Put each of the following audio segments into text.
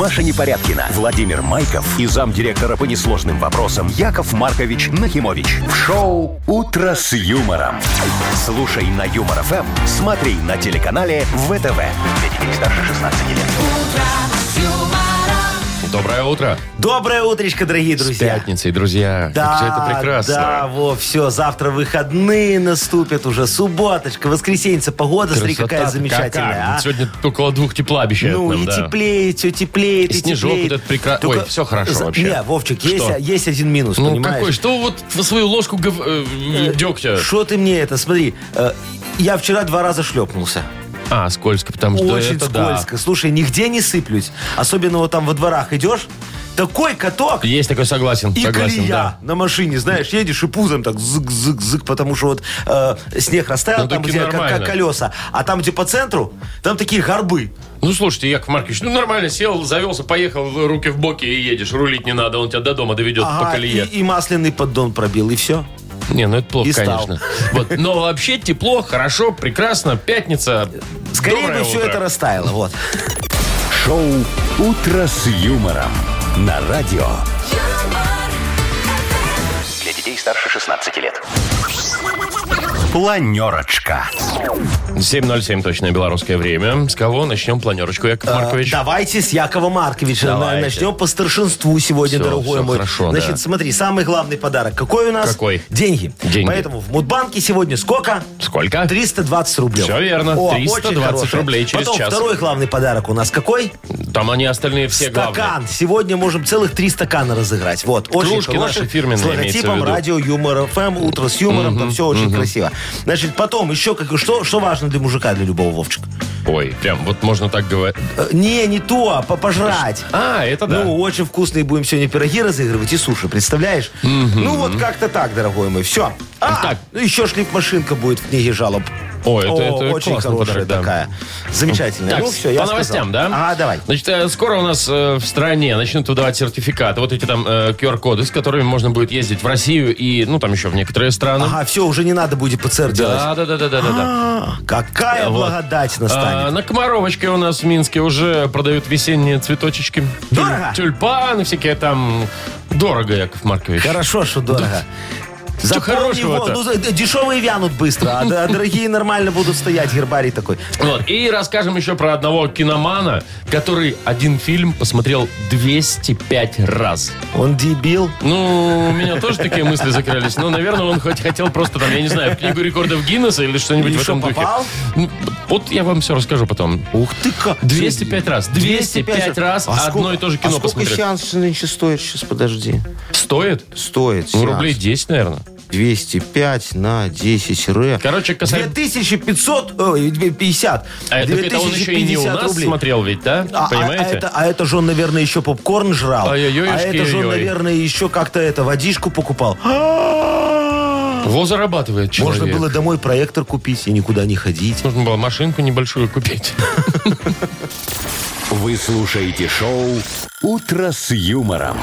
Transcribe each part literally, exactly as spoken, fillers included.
Маша Непорядкина, Владимир Майков и замдиректора по несложным вопросам Яков Маркович Нахимович. В шоу «Утро с юмором». Слушай на Юмор ФМ, смотри на телеканале ВТВ. Для детей старше шестнадцати лет. Доброе утро. Доброе утречко, дорогие друзья. С пятницей, друзья. Да, как же это прекрасно. Да, во, все, завтра выходные наступят уже, субботочка, воскресенье, погода, смотри, какая замечательная. А? Сегодня около двух тепла обещают Ну, нам, и да. теплеет, все теплеет, и, и снежок теплеет. вот этот прекрасный. Только... Ой, все хорошо За... вообще. Не, Вовчик, есть, есть один минус, ну, понимаешь? какой? Что вот в свою ложку гов... э, дегтя? Что ты мне это, смотри, э, я вчера два раза шлепнулся. А, скользко, потому что Очень это скользко. Слушай, нигде не сыплюсь. Особенно вот там во дворах идешь, такой каток. Да. Есть такой, согласен, И согласен, колея да. на машине, знаешь, едешь и пузом так зык-зык-зык, потому что вот э, снег растаял, Ну, там, таки где как, нормально. как колеса, а там, где по центру, там такие горбы. Ну, слушайте, Яков Маркович, ну нормально, сел, завелся, поехал, руки в боки и едешь. Рулить не надо, он тебя до дома доведет по Ага, колее. и, и масляный поддон пробил, и все. Не, ну это плохо, И стал. конечно. Вот. Но вообще тепло, хорошо, прекрасно, пятница. Скорее Доброе бы все утро. это растаяло, вот. Шоу «Утро с юмором» на радио. Для детей старше шестнадцати лет. Планерочка. семь ноль семь точное белорусское время. С кого начнем планерочку, Яков Э, Маркович? Давайте с Якова Марковича. Давайте. Начнем по старшинству сегодня, Всё, дорогой всё мой. хорошо, Значит, да. смотри, самый главный подарок. Какой у нас? Какой? Деньги. Деньги. Поэтому в Мудбанке сегодня сколько? Сколько? триста двадцать рублей. Всё верно, О, триста очень двадцать хорошее. рублей через Потом час. второй главный подарок у нас какой? Там они остальные все Стакан. главные. Сегодня можем целых три стакана разыграть. Вот, очень Кружки хорошие, наши фирменные, с имеется в логотипом виду. радио Юмор ФМ, утро с юмором, там все очень красиво. Значит, потом еще как, что, что важно для мужика, для любого, Вовчик? Ой, прям вот можно так говорить. Э, Не, не то, а по- пожрать. А, это да. Ну, очень вкусные будем сегодня пироги разыгрывать и суши, представляешь? Ну, вот как-то так, дорогой мой. Все. А, Так. ну еще шлип-машинка будет в книге жалоб. Ой, это, О, это очень классный хорошая подарок, да. такая. Замечательная. Так, ну, все, я по новостям, сказал. да? Ага, давай. Значит, э, скоро у нас э, в стране начнут выдавать сертификаты. Вот эти там э, ку ар коды, с которыми можно будет ездить в Россию и, ну, там еще в некоторые страны. Ага, все, уже не надо будет ПЦР делать. Да, да, да, да, да, да. А, Какая Вот. благодать А, настанет. на Комаровочке у нас в Минске уже продают весенние цветочечки. Дорого? Тюль- Тюльпаны всякие там. Дорого, Яков Маркович. Хорошо, что дорого. Что Запомни, хорошего-то? Вов, ну, за- дешевые вянут быстро, а, д- а дорогие нормально будут стоять, гербарий такой. Вот. И расскажем еще про одного киномана, который один фильм посмотрел двести пять раз. Он дебил. Ну, у меня тоже такие мысли закрылись. Ну, наверное, он хоть хотел просто там, я не знаю, в книгу рекордов Гиннесса или что-нибудь И в что, этом духе. попал? Ну, вот я вам все расскажу потом. Ух ты как. двести пять раз. двести пять раз А одно сколько- и то же кино а сколько посмотреть. сеанс нынче стоит? Сейчас, подожди. Стоит? Стоит Ну, сеанс. рублей десять, наверное. двести пять на десять ре. Короче, косарь... две тысячи пятьсот, ой, пятьдесят. А это, это он еще и не у нас рублей. смотрел ведь, да? А, а- Понимаете? а это, а это же он, наверное, еще попкорн жрал. Ай-яй-яй, а это же он, ой-ой. наверное, еще как-то это водичку покупал. Во, зарабатывает человек. Можно было домой проектор купить и никуда не ходить. Нужно было машинку небольшую купить. Вы слушаете шоу «Утро с юмором»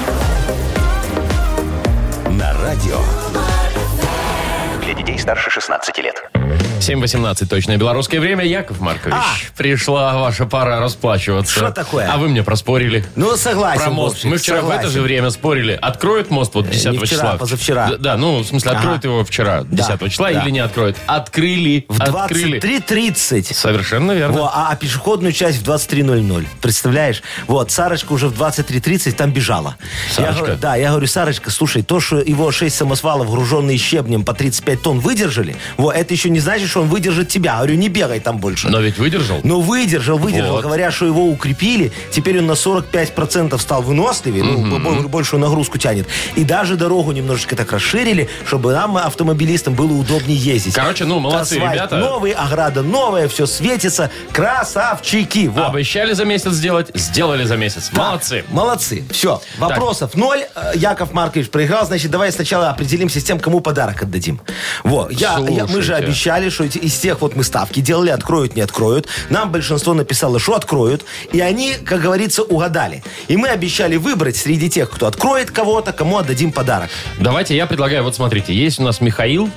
на радио. Для детей старше шестнадцати лет. семь восемнадцать точное белорусское время. Яков Маркович, А. пришла ваша пора расплачиваться. Что такое? А вы мне проспорили. Ну, согласен, Про мост. Вовчик, Мы вчера согласен. в это же время спорили. Откроют мост вот десятого не вчера, числа? а позавчера. Да, да, ну, в смысле, откроют Ага. его вчера, десятого числа, да. или не откроют? Открыли. В Открыли. двадцать три тридцать. Совершенно верно. Во, а, а пешеходную часть в двадцать три ноль ноль. Представляешь? Вот, Сарочка уже в двадцать три тридцать там бежала. Сарочка? Я говорю, да, я говорю, Сарочка, слушай, то, что его шесть самосвалов, груженные щебнем по тридцать пять тонн выдержали, вот, это еще не значит, что он выдержит тебя. Я говорю, не бегай там больше. Но ведь выдержал. Ну, выдержал, выдержал. Вот. Говоря, что его укрепили, теперь он на сорок пять процентов стал выносливее, ну, бо- большую нагрузку тянет. И даже дорогу немножечко так расширили, чтобы нам, автомобилистам, было удобнее ездить. Короче, ну, молодцы, Асфальт ребята. новый, ограда новая, все светится. Красавчики. Во. Обещали за месяц сделать, сделали за месяц. Так, Молодцы. Молодцы. Все. Вопросов ноль. Э, Яков Маркович проиграл. Значит, давай сначала определимся с тем, кому подарок отдадим. Вот. Я, я- мы же Слушайте. обещали, что эти- из тех вот мы ставки делали, откроют, не откроют. Нам большинство написало, что откроют. И они, как говорится, угадали. И мы обещали выбрать среди тех, кто откроет кого-то, кому отдадим подарок. Давайте я предлагаю, вот смотрите, есть у нас Михаил,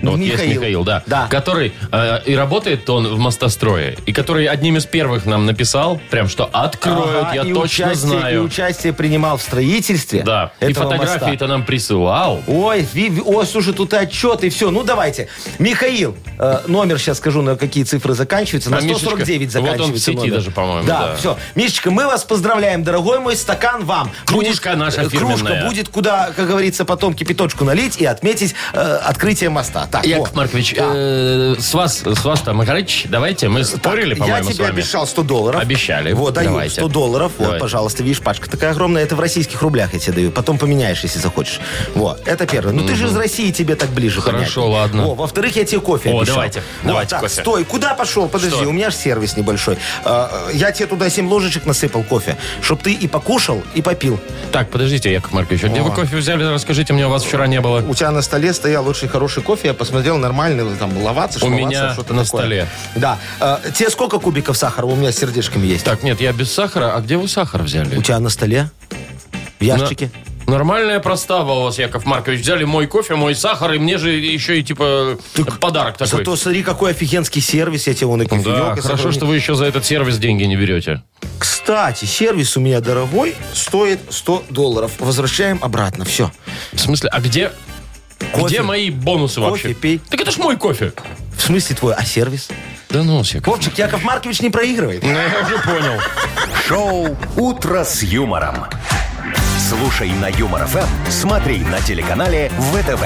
Вот есть Михаил. Михаил, да. Да. Который, э, и работает он в мостострое, и который одним из первых нам написал, прям что откроют, Ага, я и точно участие, знаю. И участие принимал в строительстве Да, и этого моста. фотографии-то нам присылал. Ой, ви- ви- ой, слушай, тут и отчет, и все. Ну, давайте. Михаил, э, номер сейчас скажу, на какие цифры заканчивается. На А сто сорок девять Мишечка, вот он заканчивается в сети номер. даже, по-моему, Да, да. все. Мишечка, мы вас поздравляем, дорогой мой, стакан вам. Кружка наша э, Кружка фирменная. будет, куда, как говорится, потом кипяточку налить и отметить э, открытие моста. Так, Яков во. Маркович, Да. э, с вас, с вас там, Магарыч, давайте, мы спорили, Так, по-моему, я с тебе вами. обещал сто долларов. Обещали. Вот, даю Давайте. сто долларов. Вот, Давай. пожалуйста, видишь, пачка такая огромная. Это в российских рублях я тебе даю. Потом поменяешь, если захочешь. Вот, это первое. Ну, ты же из России, тебе так ближе. Хорошо, понятнее. ладно. Во, во-вторых, я тебе кофе О, обещал. давайте, Вот, давайте так, кофе. стой, куда пошел? Подожди, Что? у меня же сервис небольшой. А, Я тебе туда семь ложечек насыпал кофе, чтоб ты и покушал, и попил. Так, подождите, Яков Маркович, а где вы кофе взяли? Расскажите мне, у вас вчера не было. У тебя на столе стоял очень хороший кофе, я посмотрел, нормальный, там, ловаться, У шмоваться, меня что-то на такое. столе. Да. А, тебе сколько кубиков сахара? У меня с сердечками есть. Так, нет, я без сахара. А где вы сахар взяли? У тебя на столе? В ящике? На- Нормальная простава у вас, Яков Маркович. Взяли мой кофе, мой сахар, и мне же еще и типа подарок такой. Зато смотри, какой офигенский сервис я тебе вон и кофеек. Да, и хорошо, сахар. что вы еще за этот сервис деньги не берете. Кстати, сервис у меня дорогой, стоит сто долларов. Возвращаем обратно, все. В смысле, а где... Кофе. Где мои бонусы Кофе вообще? пей. Так это ж мой кофе. В смысле твой, а сервис? Да ну, Яков. Вовчик, Яков Маркович не проигрывает. Ну, я уже понял. Шоу «Утро с юмором». Слушай на Юмор ФМ, смотри на телеканале ВТВ.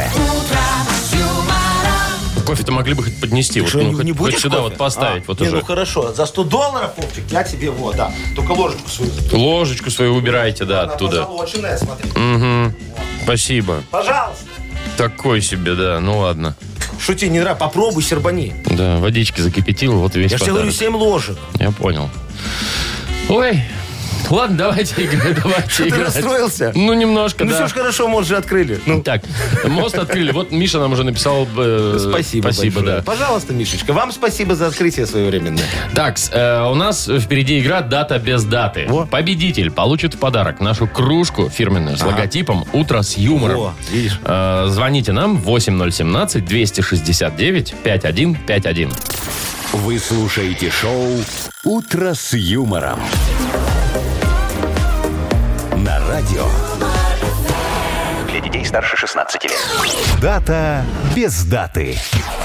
Кофе-то могли бы хоть поднести. Вот, Что, ну, не, хоть, не хоть будешь сюда кофе? вот поставить. А, вот не, уже. ну хорошо, за сто долларов, Вовчик, я тебе, вот, да. Только ложечку свою. Ложечку свою убирайте, да, Она оттуда. позолоченная, смотри. Спасибо. Пожалуйста. Такой себе, да. Ну ладно. Шути, не нравится, попробуй, сербани. Да, водички закипятил, вот и весь Я же тебе подарок. говорю, семь ложек. Я понял. Ой, ладно, давайте играть, давайте Ты играть. расстроился? Ну, немножко, Ну да. все ж хорошо, может же открыли. Ну, Так, мост открыли. Вот Миша нам уже написал... э, спасибо Спасибо, большое. да. Пожалуйста, Мишечка, вам спасибо за открытие своевременное. Так, с- э, у нас впереди игра «Дата без даты». Во. Победитель получит в подарок нашу кружку фирменную с логотипом «Утро с юмором». Во, видишь. Э, звоните нам восемь ноль семнадцать двести шестьдесят девять пятьдесят один пятьдесят один. Вы слушаете шоу «Утро с юмором». На радио. Для детей старше шестнадцати лет. Дата без даты.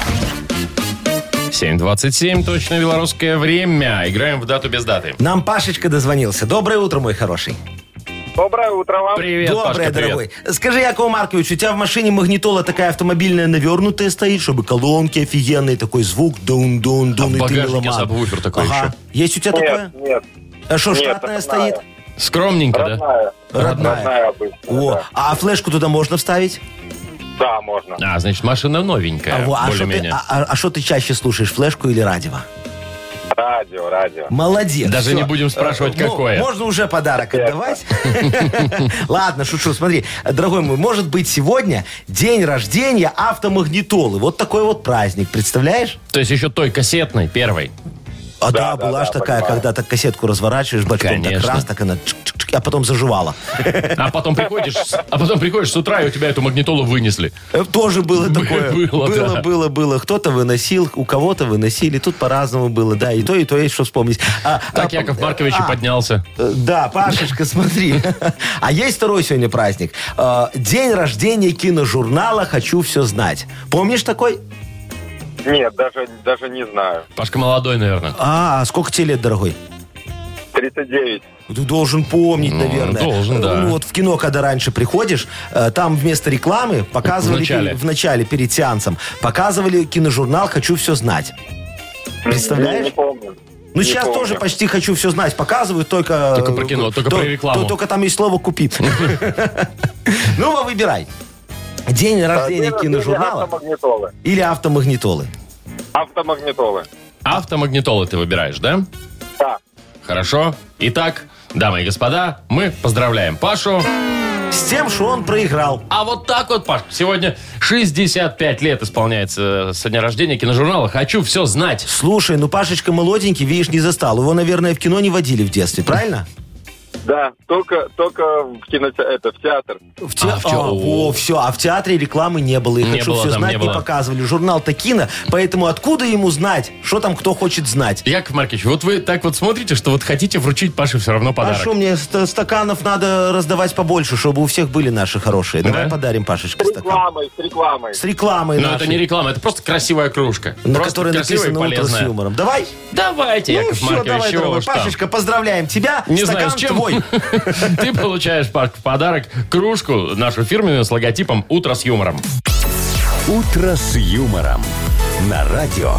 семь двадцать семь, точно белорусское время. Играем в «Дату без даты». Нам Пашечка дозвонился. Доброе утро, мой хороший. Доброе утро вам. Привет, Доброе, Пашка, привет. дорогой. Скажи, Яков Маркович, у тебя в машине магнитола такая автомобильная навернутая стоит, чтобы колонки офигенные, такой звук дун-дун-дун, А в и ты багажнике меломан. сабвуфер такой Ага. Есть у тебя такое? Нет, нет. А что, Нет, штатная родная. стоит? Скромненько, да? Родная. Родная. Родная обычная, О, да. а флешку туда можно вставить? Да, можно. А, значит, машина новенькая, А во, а что ты, более-менее. а- а- а что ты чаще слушаешь, флешку или радио? Радио, радио. Молодец. Даже всё. не будем спрашивать, Ну, какое. Можно уже подарок отдавать. Ладно, шучу. Смотри, дорогой мой, может быть сегодня день рождения автомагнитолы. Вот такой вот праздник, представляешь? То есть еще той кассетной, первой. А да, Да, да, была ж да, такая, понимаю. когда так кассетку разворачиваешь бочком, так Конечно. раз, так она чик-чик-чик, а потом заживала. А потом приходишь, а потом приходишь с утра, и у тебя эту магнитолу вынесли. Э, Тоже было такое. было, Было, да. было, было. Кто-то выносил, у кого-то выносили. Тут по-разному было, да. И то, и то есть что вспомнить. А, Так а, Яков Маркович и а, поднялся. э, Да, Пашечка, смотри. А есть второй сегодня праздник. Э, День рождения киножурнала «Хочу все знать». Помнишь такой? Нет, даже, даже не знаю. Пашка молодой, наверное. А, а сколько тебе лет, дорогой? тридцать девять. Ты должен помнить, Ну, наверное. должен, Э, да. Ну, вот в кино, когда раньше приходишь, э, там вместо рекламы показывали... В начале. пере- в начале, перед сеансом, показывали киножурнал «Хочу все знать». Представляешь? Не помню. Ну, Не сейчас помню. тоже почти «Хочу все знать» показывают, только... Только про кино, только то- про рекламу. то- Только там есть слово «купи». Ну, а выбирай. День рождения День рождения киножурнала Автомагнитолы. или автомагнитолы? Автомагнитолы. Автомагнитолы ты выбираешь, да? Да. Хорошо. Итак, дамы и господа, мы поздравляем Пашу. С тем, что он проиграл. А вот так вот, Паш, сегодня шестьдесят пять лет исполняется со дня рождения киножурнала «Хочу все знать». Слушай, ну Пашечка молоденький, видишь, не застал. Его, наверное, в кино не водили в детстве, правильно? Да, только, только в кинотеатре, это, в театр. В те... А, а, в чё? во, все, а в театре рекламы не было. И Не хочу было все там, знать, не не, было. показывали. Журнал-то кино, поэтому откуда ему знать, что там кто хочет знать? Яков Маркович, вот вы так вот смотрите, что вот хотите вручить Паше все равно А подарок. что, мне ст- стаканов надо раздавать побольше, чтобы у всех были наши хорошие. Давай Да? подарим Пашечке С стакан. рекламой, с рекламой. С рекламой Но нашей, это не реклама, это просто красивая кружка. на просто которой красивая и написано «Утро с полезная. юмором». Давай? Давайте, Ну Яков все, Маркович, давай, чего дорогой. уж там. Пашечка, поздравляем тебя. Не Стакан знаю, с чем. твой. Ты получаешь, Паш, в подарок кружку нашу фирменную с логотипом «Утро с юмором». «Утро с юмором» на радио.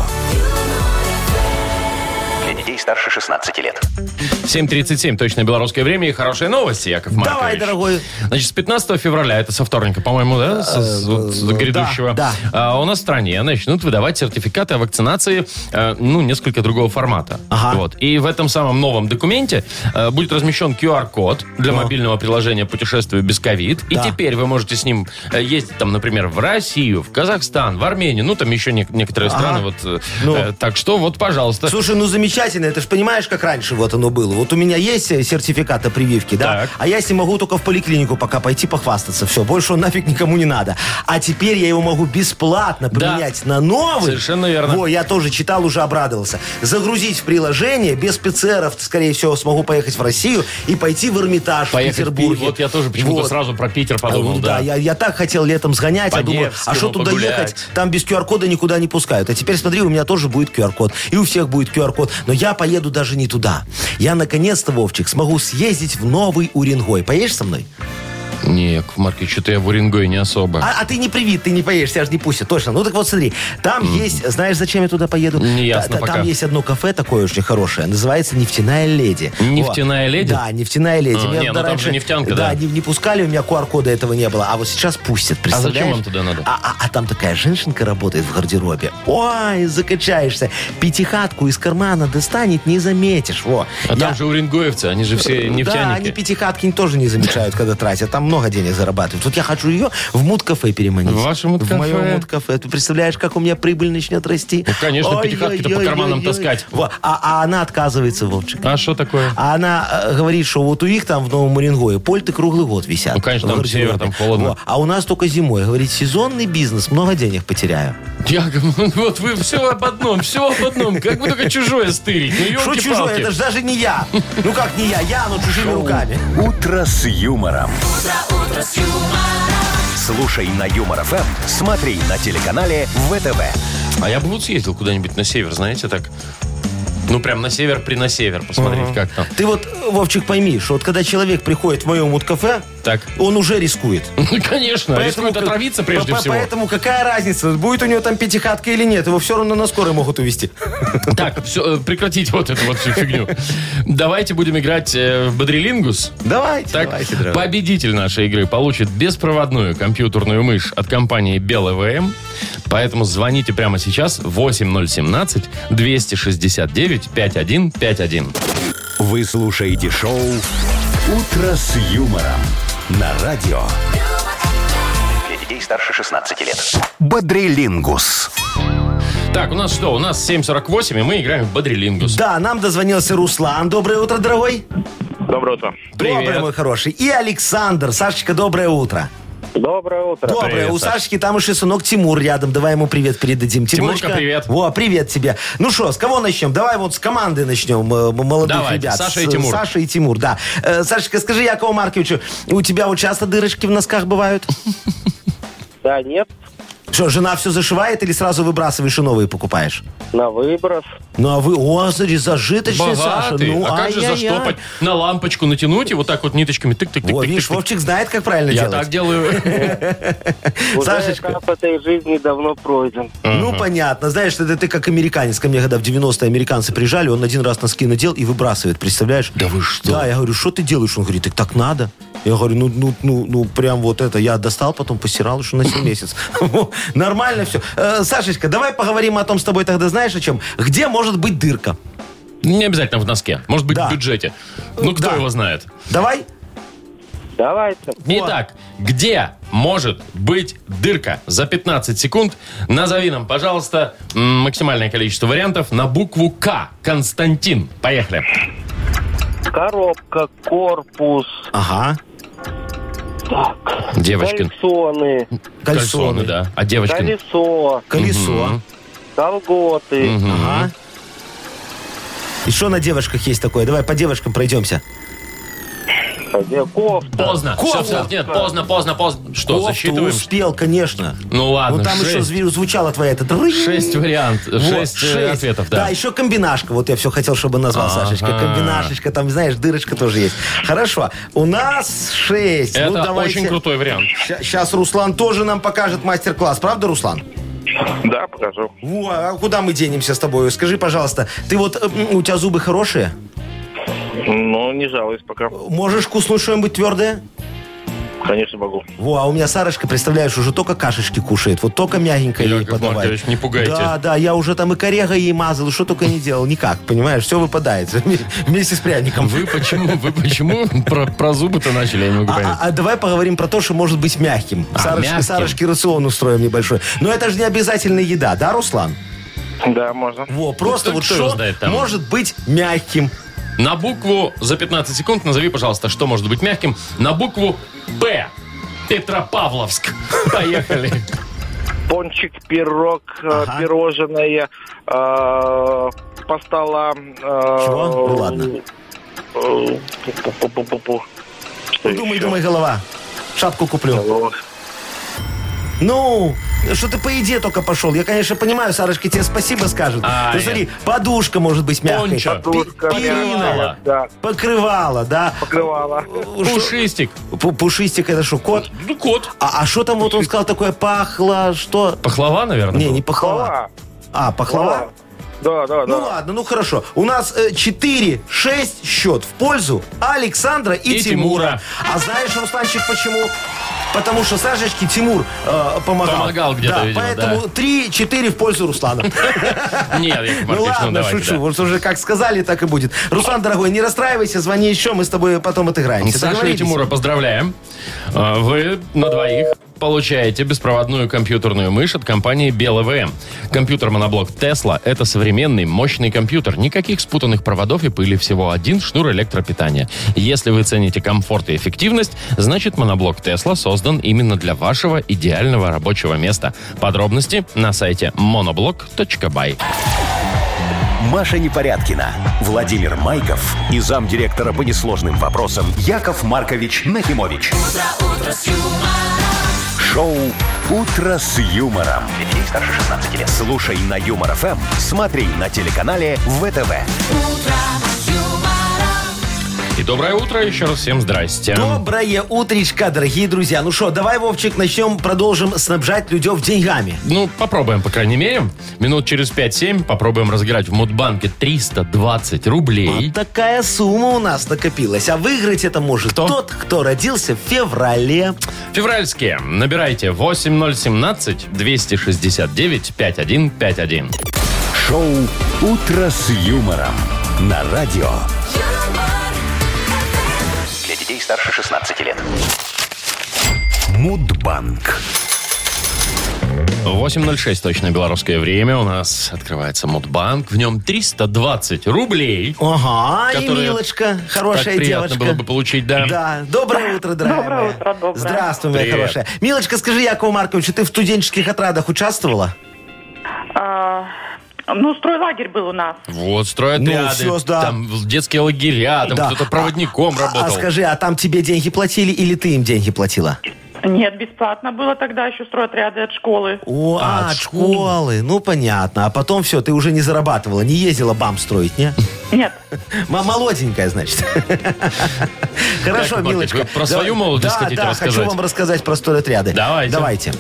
Для детей старше шестнадцати лет. семь тридцать семь, точно белорусское время. И хорошие новости, Яков Маркович. Давай, дорогой. Значит, с пятнадцатого февраля, это со вторника, по-моему, да? С, с- вот с грядущего. да, а, у нас в стране начнут выдавать сертификаты о вакцинации, э, ну, несколько другого формата. Ага. Вот. И в этом самом новом документе э, будет размещен ку ар-код для мобильного приложения «Путешествие без ковид». И Да. теперь вы можете с ним э, ездить, там, например, в Россию, в Казахстан, в Армению, ну, там еще не- некоторые Ага. страны. Вот, э, Ну. э, так что, вот, пожалуйста. Слушай, ну замечательно, это ж понимаешь, как раньше вот оно было. Вот у меня есть э, сертификат о прививке, да? Так. А я с ним могу только в поликлинику пока пойти похвастаться. Все, больше он нафиг никому не надо. А теперь я его могу бесплатно Да. поменять на новый. Совершенно верно. Во, я тоже читал, уже обрадовался. Загрузить в приложение, без ПЦРов, скорее всего, смогу поехать в Россию и пойти в Эрмитаж Поехать в Петербурге. в Пи- Вот я тоже почему-то Вот. сразу про Питер А, подумал, ну да. я, я так хотел летом сгонять, По а думаю, Невскому а что туда погулять. ехать? Там без ку ар-кода никуда не пускают. А теперь смотри, у меня тоже будет ку ар-код. И у всех будет ку ар-код. Но я поеду даже не туда. Я наконец-то, Вовчик, смогу съездить в Новый Уренгой. Поедешь со мной? Не, Яков Маркович, что-то я в Уренгое не особо. А, а ты не привит, ты не поедешь, тебя же не пустят. Точно. Ну так вот смотри, там есть, знаешь, зачем я туда поеду? Не ясно Та- та- пока. Там есть одно кафе такое очень хорошее, называется «Нефтяная леди». «Нефтяная Вот. леди»? Да, «Нефтяная леди». А, Меня не, ну туда там же нефтянка, да. Да, не, не пускали, у меня ку ар-кода этого не было. А вот сейчас пустят, представляешь? зачем вам туда надо? А, а- а там такая женщинка работает в гардеробе. Ой, закачаешься. Пятихатку из кармана достанет, не заметишь. Во. А Я- там же уренгоевцы, они же все Да, они нефтяники. пятихатки тоже не замечают, когда тратят. Там много денег зарабатывают. Вот я хочу ее в муд-кафе переманить. В ваше муд-кафе? В мое муд-кафе. Ты представляешь, как у меня прибыль начнет расти? Ну, конечно, Ой, пятихатки-то ой, по ой, карманам ой, ой. таскать. Во. А, а она отказывается, Вовчик. А что такое? А она э, говорит, что вот у них там в Новом Уренгое польты круглый год висят. Ну, конечно, в там гардеробе. север, там холодно. Во. А у нас только зимой. Говорит, сезонный бизнес, много денег потеряю. Яков, вот вы все об одном, все об одном. Как вы только чужое стырить. Ну, Что чужое? елки-палки. Это же даже не я. Ну как не я? Я, но чужими руками. «Утро с юмором». Слушай на Юмор ФМ, смотри на телеканале вэ тэ вэ. А я бы вот съездил куда-нибудь на север, знаете, так. Ну, прям на север, при на север, посмотреть, как там. Ты вот, Вовчик, пойми, что вот когда человек приходит в мое муд-кафе, Так. он уже рискует. Ну, конечно, рискует как- отравиться прежде по- всего. Поэтому какая разница, будет у него там пятихатка или нет, его все равно на скорой могут увезти. Так, все, прекратите вот эту вот всю фигню. Давайте будем играть э, в Бодрилингус. Давайте, Так, давайте, дорогой. победитель нашей игры получит беспроводную компьютерную мышь от компании Бел вэ эм. Поэтому звоните прямо сейчас восемь ноль семнадцать двести шестьдесят девять пятьдесят один пятьдесят один. Вы слушаете шоу «Утро с юмором» на радио. Для детей старше шестнадцати лет. Бодрилингус. Так, у нас что? У нас семь сорок восемь, и мы играем в Бодрилингус. Да, нам дозвонился Руслан. Доброе утро, дорогой. Доброе утро. Привет. Доброе, мой хороший. И Александр. Сашечка, доброе утро. Доброе утро. Доброе. Привет, У Саш. Сашечки там еще сынок Тимур рядом. Давай ему привет передадим. Тимурка, Тимурочка, привет. Во, привет тебе. Ну что, с кого начнем? Давай вот с команды начнем, э, молодых Давайте, ребят. Саша С- и Тимур. Саша и Тимур, да. Э, Сашечка, скажи Якову Марковичу, у тебя вот часто дырочки в носках бывают? Да, нет, Что, жена все зашивает или сразу выбрасываешь и новые покупаешь? на выброс. Ну, а вы, о, смотри, зажиточный, Саша. Богатый. Ну, а как же ай-яй-яй. заштопать? На лампочку натянуть и вот так вот ниточками тык-тык-тык. Во, видишь, Вовчик знает, как правильно Я делать. так делаю. Уже Сашечка. этап этой жизни давно пройден. Ну, понятно. Знаешь, это ты как американец. Ко мне, когда в девяностые американцы приезжали, он один раз носки надел и выбрасывает, представляешь? Да вы что? Да, я говорю, что ты делаешь? Он говорит, так так надо. Я говорю, ну, ну, ну, ну, прям вот это. Я достал, потом постирал еще на семь месяцев. Нормально все. Сашечка, давай поговорим о том с тобой тогда, знаешь, о чем? Где может быть дырка? Не обязательно в носке. Может быть, Да. в бюджете. Ну, кто Да. его знает. Давай? Давайте. Итак, где может быть дырка? За пятнадцать секунд назови нам, пожалуйста, м, максимальное количество вариантов на букву К. Константин. Поехали. Коробка, корпус, Ага. Девочкин. кальсоны, Кальсоны. да. А Девочкин? колесо, Колесо. Мгм. колготы, Мгм. Ага. И что на девушках есть такое? Давай по девушкам пройдемся. кофта. Поздно. Кофта. Все, все, нет, поздно, поздно, поздно. Что, Кофту засчитываем? успел, конечно. Ну ладно, Ну там еще шесть. зв- звучала твоя эта... дрынь. Шесть вариантов, Вот, шесть, э, шесть. ответов, да. Да, еще комбинашка. Вот я все хотел, чтобы назвал Ага. Сашечка. Комбинашечка, там, знаешь, дырочка тоже есть. Хорошо. У нас шесть. Это ну, давайте. очень крутой вариант. Сейчас Руслан тоже нам покажет мастер-класс. Правда, Руслан? Да, покажу. Во, а куда мы денемся с тобой? Скажи, пожалуйста, ты вот... э, м, у тебя зубы хорошие? Ну, не жалуюсь пока. Можешь куснуть что-нибудь твердое? Конечно, могу. Во, а у меня Сарочка, представляешь, уже только кашечки кушает. Вот только мягенько ей Яков подавай. Маркович, не пугайте. Да, да, я уже там и корега ей мазал, и что только не делал. Никак, понимаешь, все выпадает вместе с пряником. Вы почему, вы почему про, про зубы-то начали, я не могу А, понять. а- а давай поговорим про то, что может быть мягким. А, Сарочке, мягким. Сарочке рацион устроим небольшой. Но это же не обязательно еда, да, Руслан? Да, можно. Во, просто кто- вот кто его что знает там? может быть мягким. На букву за пятнадцать секунд назови, пожалуйста, что может быть мягким. На букву П. Петропавловск. Поехали. Пончик, пирог, э, Ага. пирожное, э, по столам. э, Чего? Ну ладно. э, пу-пу-пу-пу-пу. Что Ну, думай, еще? думай, голова. Шапку куплю. О, Ну, что ты по еде только пошел. Я, конечно, понимаю, Сарочка тебе спасибо скажет. А, Ну, смотри, подушка может быть мягкой. Пончо. Пи- подушка, перина. мягкая. Да, Покрывало, да. покрывало. Шо- Пушистик. Пу- Пушистик это что, кот? Ну, кот. А что там вот он сказал такое пахло, что? Пахлава, наверное? Не, был? не пахлава. Пахлава. А, пахлава? Да, да, Ну да. ладно, ну хорошо. У нас четыре шесть счет в пользу Александра и, И Тимура. Тимура. А знаешь, Русланчик, почему? Потому что Сашечке Тимур э, помогал. Помогал где-то, да, видимо, поэтому три-четыре в пользу Руслана. Нет, Яков Ну Маркович, ну ладно, давайте, шучу. да. Вот уже как сказали, так и будет. Руслан, дорогой, не расстраивайся, звони еще, мы с тобой потом отыграемся. Сашу и Договорились? Тимура поздравляем. А, Вы на двоих получаете беспроводную компьютерную мышь от компании БелЭВМ. Компьютер-моноблок Tesla – это современный, мощный компьютер. Никаких спутанных проводов и пыли, всего один шнур электропитания. Если вы цените комфорт и эффективность, значит моноблок Tesla создан именно для вашего идеального рабочего места. Подробности на сайте monoblock точка бай. Маша Непорядкина, Владимир Майков и замдиректора по несложным вопросам Яков Маркович Нахимович. Шоу «Утро с юмором». Для детей старше шестнадцати лет. Слушай на Юмор ФМ, смотри на телеканале ВТВ. И доброе утро еще раз всем здрасте. Доброе утречко, дорогие друзья. Ну что, давай, Вовчик, начнем, продолжим снабжать людей деньгами. Ну, попробуем, по крайней мере. Минут через пять-семь попробуем разыграть в Мудбанке триста двадцать рублей. Вот такая сумма у нас накопилась. А выиграть это может Кто? тот, кто родился в феврале. Февральские. Набирайте восемь ноль один семь двести шестьдесят девять пятьдесят один пятьдесят один. Шоу «Утро с юмором» на радио. Для детей старше шестнадцати лет. Мудбанк. восемь ноль шесть точно белорусское время. У нас открывается Мудбанк. В нем триста двадцать рублей. Ага, и Которые Милочка, Так хорошая приятно девочка. было бы получить, да? Да, доброе утро, дорогая Доброе моя. утро, доброе. Здравствуй, моя Привет. хорошая. Милочка, скажи, Якову Марковичу, ты в студенческих отрадах участвовала? А, ну, стройлагерь был у нас. Вот, стройотряды, Ну, всё, да. там детские лагеря, там Да. кто-то проводником А- работал. А скажи, а там тебе деньги платили или ты им деньги платила? Нет, бесплатно было тогда еще стройотряды от школы. О, А, а, от от школы. Ну, понятно. А потом все, ты уже не зарабатывала, не ездила бам строить, не? Нет. М- Молоденькая, значит. Хорошо, Яков Маркович, Милочка. вы про Да- свою молодость да, хотите да, рассказать? хочу вам рассказать про стройотряды. Давайте. Давайте.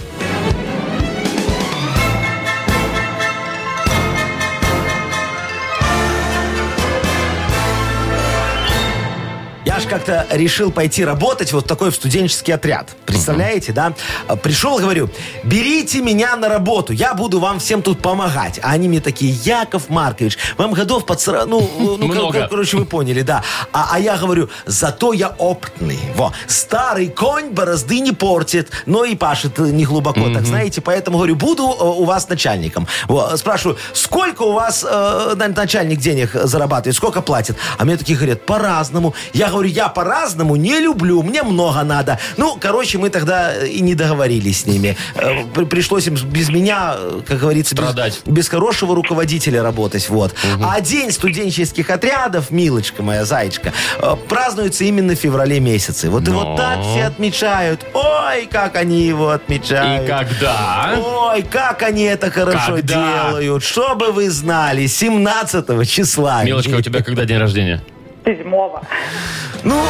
Яшка, как-то решил пойти работать вот такой в студенческий отряд. Представляете, да? Пришел, говорю, берите меня на работу, я буду вам всем тут помогать. А они мне такие, Яков Маркович, вам годов под сорок, ну, ну Много. кор- короче, вы поняли, да. А, а я говорю, зато я опытный. Во, старый конь борозды не портит, но и пашет не глубоко, так знаете. Поэтому говорю, буду э, у вас начальником. Во, спрашиваю, сколько у вас э, на- начальник денег зарабатывает, сколько платит? А мне такие говорят, по-разному. Я говорю, я по-разному не люблю, мне много надо. Ну, короче, мы тогда и не договорились с ними. Э, при- Пришлось им без меня, э, как говорится, без, Страдать. без хорошего руководителя работать. Вот. А день студенческих отрядов, милочка моя, зайчка, э, празднуется именно в феврале месяце. Вот Но. его так все отмечают. Ой, как они его отмечают. И когда? Ой, как они это хорошо Когда? делают. Чтобы вы знали, семнадцатого числа. Милочка, у тебя когда день рождения? Седьмого. Ну,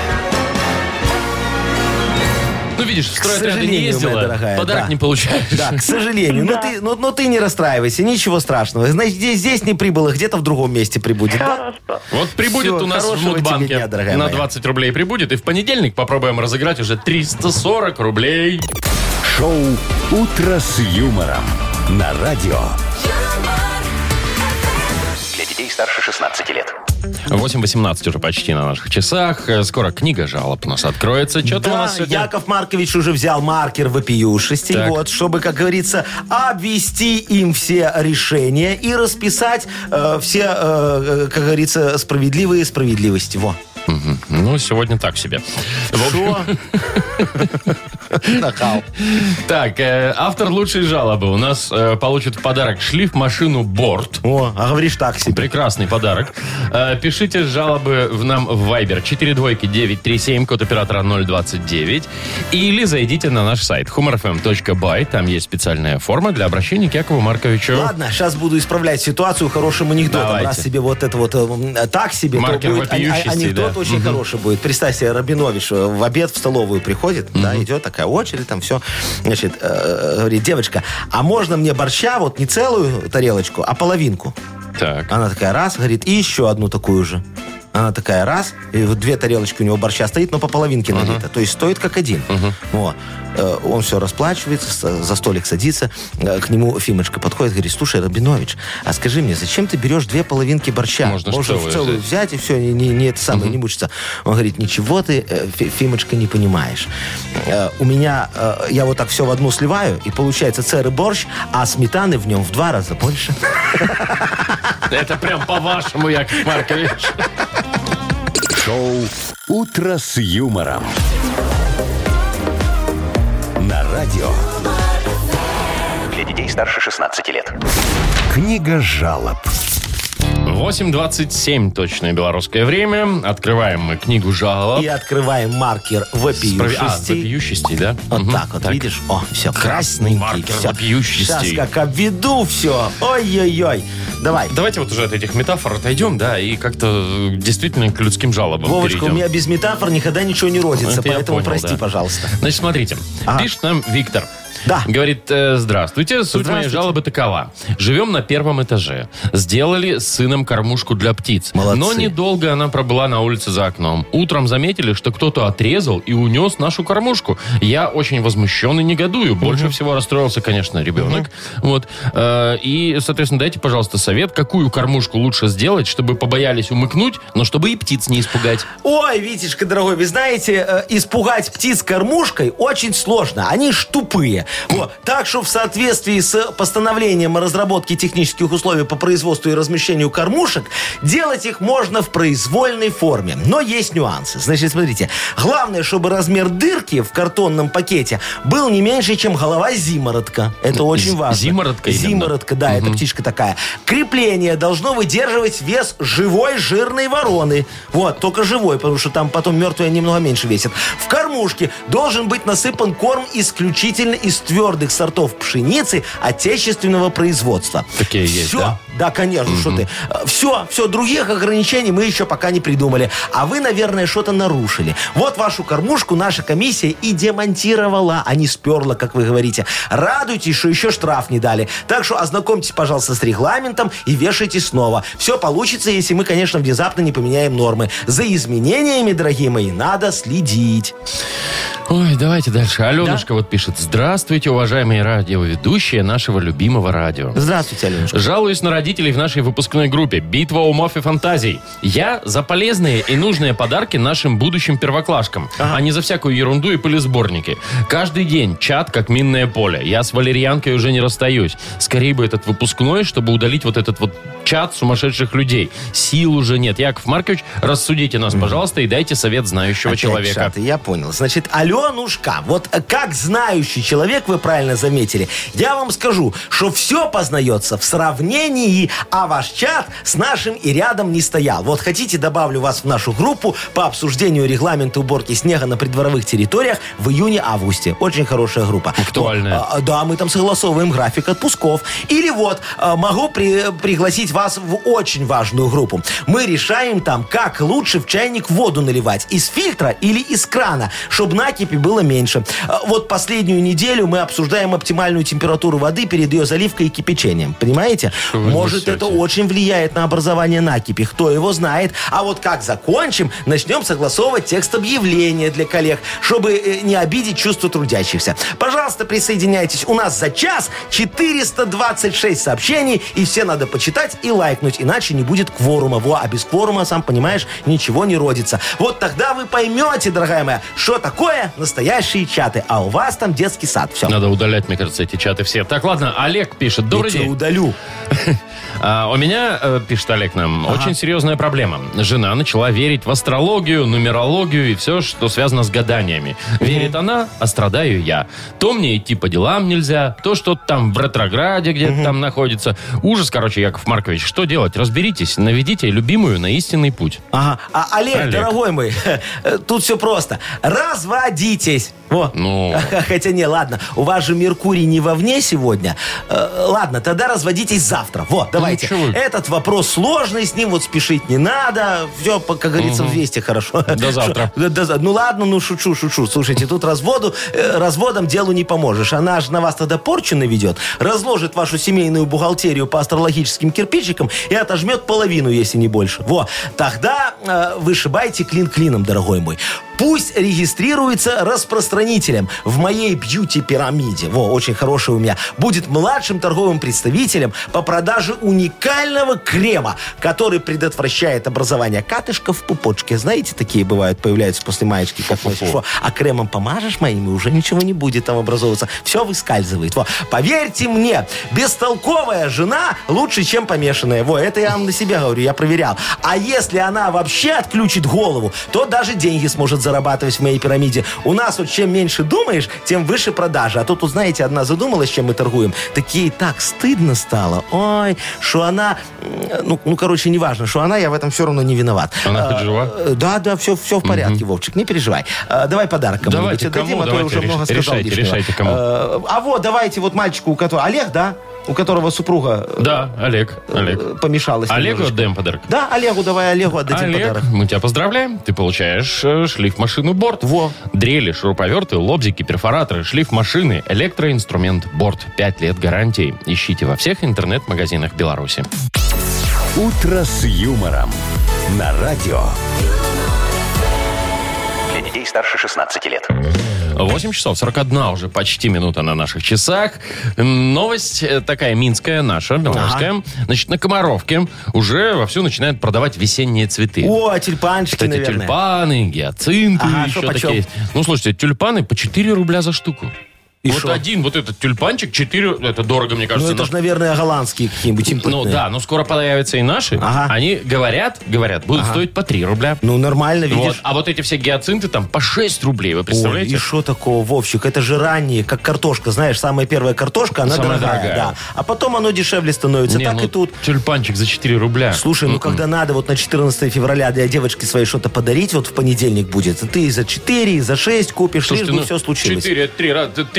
Ну, видишь, в стройотряды не сожалению, ездила, моя дорогая, подарок да. не получаешь. да, к сожалению. Ну, Да. ты, ну, ну, ты не расстраивайся, ничего страшного. Значит, здесь, здесь не прибыло, где-то в другом месте прибудет. Да? Хорошо. Вот прибудет Всё, у нас в хорошего тебе Мудбанке дня, дорогая на моя. двадцать рублей прибудет, и в понедельник попробуем разыграть уже триста сорок рублей. Шоу «Утро с юмором» на радио. Для детей старше шестнадцати лет. восемь восемнадцать уже почти на наших часах. Э, Скоро книга жалоб у нас откроется. Что-то у Да, нас сегодня... Яков Маркович уже взял маркер вопиюшести, Так. вот, чтобы, как говорится, обвести им все решения и расписать э, все, э, как говорится, справедливые справедливости. Во. Мгм. Ну, сегодня так себе. В общем, Нахал. так, э, автор лучшей жалобы у нас э, получит в подарок шлиф-машину «Борт». О, а говоришь так себе. Прекрасный подарок. Э, Пишите жалобы в нам в Viber четыре двойки девять три семь, код оператора ноль двадцать девять. Или зайдите на наш сайт humor эф эм точка бай. Там есть специальная форма для обращения к Якову Марковичу. Ладно, сейчас буду исправлять ситуацию хорошим анекдотом. Давайте. Раз себе вот это вот э, так себе, Маркер то будет ан- вопиющести, анекдот да. очень хороший будет. Представь себе, Рабинович э, в обед в столовую приходит, да, идет такая очередь, там все. Значит, э, говорит, девочка, а можно мне борща, вот не целую тарелочку, а половинку? Так. Она такая, раз, говорит, и еще одну такую же. Она такая, раз, и вот две тарелочки у него борща стоит, но по половинке налито. То есть стоит как один. Вот. Э, Он все расплачивается, с- за столик садится, э, к нему Фимочка подходит, говорит, слушай, Рабинович, а скажи мне, зачем ты берешь две половинки борща? Можно Можно что в целую взять, и все, не, не- не это самое, не мучиться. Он говорит, ничего ты, э, Фи- Фимочка, не понимаешь. Э, У меня, э, я вот так все в одну сливаю, и получается церый борщ, а сметаны в нем в два раза больше. Это прям по-вашему, Яков Маркович. Шоу «Утро с юмором» на радио. Для детей старше шестнадцати лет. Книга жалоб. восемь двадцать семь точное белорусское время. Открываем мы книгу жалоб. И открываем маркер Справи- А, вопиющести. вопиющести, да? Вот Мгм. так вот, видишь? О, все, Красный красненький. маркер Все. вопиющести. Сейчас как обведу все. Ой-ой-ой. Давай. Давайте вот уже от этих метафор отойдем, да, и как-то э, действительно к людским жалобам Вовочка, у перейдем. меня без метафор никогда ничего не родится, Это я поэтому понял, прости, да. пожалуйста. Значит, смотрите. Ага. Пишет нам Виктор. Да. Говорит, э, здравствуйте, суть моей Здравствуйте. жалобы такова. Живем на первом этаже. Сделали с сыном кормушку для птиц. Молодцы. Но недолго она пробыла на улице за окном. Утром заметили, что кто-то отрезал и унес нашу кормушку. Я очень возмущен и негодую. Больше всего расстроился, конечно, ребенок. Вот. Э, И, соответственно, дайте, пожалуйста, совет, какую кормушку лучше сделать, чтобы побоялись умыкнуть, но чтобы и птиц не испугать. Ой, Витечка, дорогой, вы знаете, э, испугать птиц кормушкой очень сложно. Они ж тупые. Вот. Так что в соответствии с постановлением о разработке технических условий по производству и размещению кормушек, делать их можно в произвольной форме. Но есть нюансы. Значит, смотрите. Главное, чтобы размер дырки в картонном пакете был не меньше, чем голова зимородка. Это очень З- важно. зимородка именно? Зимородка, да, это птичка такая. Крепление должно выдерживать вес живой жирной вороны. Вот, только живой, потому что там потом мертвая немного меньше весит. В кормушке должен быть насыпан корм исключительно из из твердых сортов пшеницы отечественного производства. Такие есть, Все. да? Да, конечно, что ты. Все, все, других ограничений мы еще пока не придумали. А вы, наверное, что-то нарушили. Вот вашу кормушку наша комиссия и демонтировала, а не сперла, как вы говорите. Радуйтесь, что еще штраф не дали. Так что ознакомьтесь, пожалуйста, с регламентом и вешайте снова. Все получится, если мы, конечно, внезапно не поменяем нормы. За изменениями, дорогие мои, надо следить. Ой, давайте дальше. Аленушка вот пишет. Здравствуйте, уважаемые радиоведущие нашего любимого радио. Здравствуйте, Аленушка. Жалуюсь на родителей в нашей выпускной группе «Битва умов и фантазий». Я за полезные и нужные подарки нашим будущим первоклашкам, ага. а не за всякую ерунду и пылесборники. Каждый день чат как минное поле. Я с валерьянкой уже не расстаюсь. Скорее бы этот выпускной, чтобы удалить вот этот вот чат сумасшедших людей. Сил уже нет. Яков Маркович, рассудите нас, пожалуйста, и дайте совет знающего Опять человека. шаты, я понял. Значит, Аленушка, вот как знающий человек, вы правильно заметили, я вам скажу, что все познается в сравнении, а ваш чат с нашим и рядом не стоял. Вот хотите, добавлю вас в нашу группу по обсуждению регламента уборки снега на придворовых территориях в июне-августе. Очень хорошая группа. Актуальная. Вот, а, да, мы там согласовываем график отпусков. Или вот, а, могу при, пригласить вас в очень важную группу. Мы решаем там, как лучше в чайник воду наливать. Из фильтра или из крана, чтобы накипи было меньше. А, вот последнюю неделю мы обсуждаем оптимальную температуру воды перед ее заливкой и кипячением. Понимаете? Может, несете? это очень влияет на образование накипи. Кто его знает. А вот как закончим, начнем согласовывать текст объявления для коллег, чтобы э, не обидеть чувства трудящихся. Пожалуйста, присоединяйтесь. У нас за час четыреста двадцать шесть сообщений, и все надо почитать и лайкнуть, иначе не будет кворума. Во, а без кворума, сам понимаешь, ничего не родится. Вот тогда вы поймете, дорогая моя, что такое настоящие чаты. А у вас там детский сад. Все. Надо удалять, мне кажется, эти чаты все. Так, ладно, Олег пишет. Добрый Я тебя день. удалю. А, у меня, э, пишет Олег нам, ага. очень серьезная проблема. Жена начала верить в астрологию, нумерологию и все, что связано с гаданиями. Верит она, а страдаю я. То мне идти по делам нельзя, то что-то там в ретрограде где-то там находится. Ужас, короче, Яков Маркович. Что делать? Разберитесь, наведите любимую на истинный путь. Ага. А, Олег, Олег. дорогой мой, тут все просто. Разводитесь. Вот. Ну. Хотя не, ладно. У вас же Меркурий не вовне сегодня. Э, ладно, тогда разводитесь завтра. Вот, давайте. Ну, Этот вопрос сложный, с ним вот спешить не надо. Все, как говорится, Угу. вместе хорошо. До завтра. Шо, до, до, ну ладно, ну шучу, шучу. Слушайте, тут разводу, э, разводом делу не поможешь. Она же на вас тогда порчу наведет, разложит вашу семейную бухгалтерию по астрологическим кирпичикам и отожмет половину, если не больше. Во, тогда э, вышибайте клин клином, дорогой мой. Пусть регистрируется распространителем в моей бьюти-пирамиде. Во, очень хороший у меня. Будет младшим торговым представителем по продаже уникального крема, который предотвращает образование катышков в пупочке. Знаете, такие бывают, появляются после маечки, как носишь. Во, а кремом помажешь моим, и уже ничего не будет там образовываться. Все выскальзывает. Во, поверьте мне, бестолковая жена лучше, чем помешанная. Во, это я вам на себя говорю, я проверял. А если она вообще отключит голову, то даже деньги сможет зарабатывать в моей пирамиде. У нас вот чем меньше думаешь, тем выше продажи. А тут, вот, знаете, одна задумалась, чем мы торгуем. Так ей так стыдно стало. Ой, что она... Ну, ну, короче, неважно, что она, я в этом все равно не виноват. Она а, хоть жива? Да, да, все, все в порядке, угу. Вовчик, не переживай. А, давай подарок кому-нибудь Давайте, отдадим, кому? а то я Давайте уже много решайте, сказал решайте, лишнего. решайте, кому. А, а вот, давайте вот мальчику, у которого... Олег, да? У которого супруга... Да, Олег, Олег. э, Помешалась. Олегу немножечко. отдаем подарок. Да, Олегу, давай Олегу отдадим Олег, подарок. мы тебя поздравляем. Ты получаешь э, шлифмашину «Борт». Во. Дрели, шуруповерты, лобзики, перфораторы, шлифмашины, электроинструмент «Борт». Пять лет гарантии. Ищите во всех интернет-магазинах Беларуси. «Утро с юмором» на радио. Для детей старше шестнадцати лет. восемь часов сорок одна уже почти минута на наших часах. Новость э, такая минская, наша, белорусская. Ага. Значит, на Комаровке уже вовсю начинают продавать весенние цветы. О, тюльпанчики, Кстати, наверное. тюльпаны, гиацинты, Ага, еще шо, почем? такие. Ну, слушайте, тюльпаны по четыре рубля за штуку. И вот шо? один вот этот тюльпанчик, четыре, это дорого, мне Ну, кажется. это но- же, наверное, голландские какие-нибудь импортные. Ну да, но скоро появятся и наши. Ага. Они говорят, говорят, будут Ага. стоить по три рубля. Ну, нормально, Вот. видишь. А вот эти все гиацинты там по шесть рублей, вы Ой, представляете? и что такого, Вовчик? Это же ранние, как картошка. Знаешь, самая первая картошка, она Самая дорогая. дорогая. Да. А потом оно дешевле становится. Не, так ну, и тут. тюльпанчик за четыре рубля. Слушай, ну когда надо вот на четырнадцатое февраля для девочки своей что-то подарить, вот в понедельник будет, ты и за четыре, и за шесть купишь, лишь Слушайте, бы ну, все случилось. четыре, три, раз- три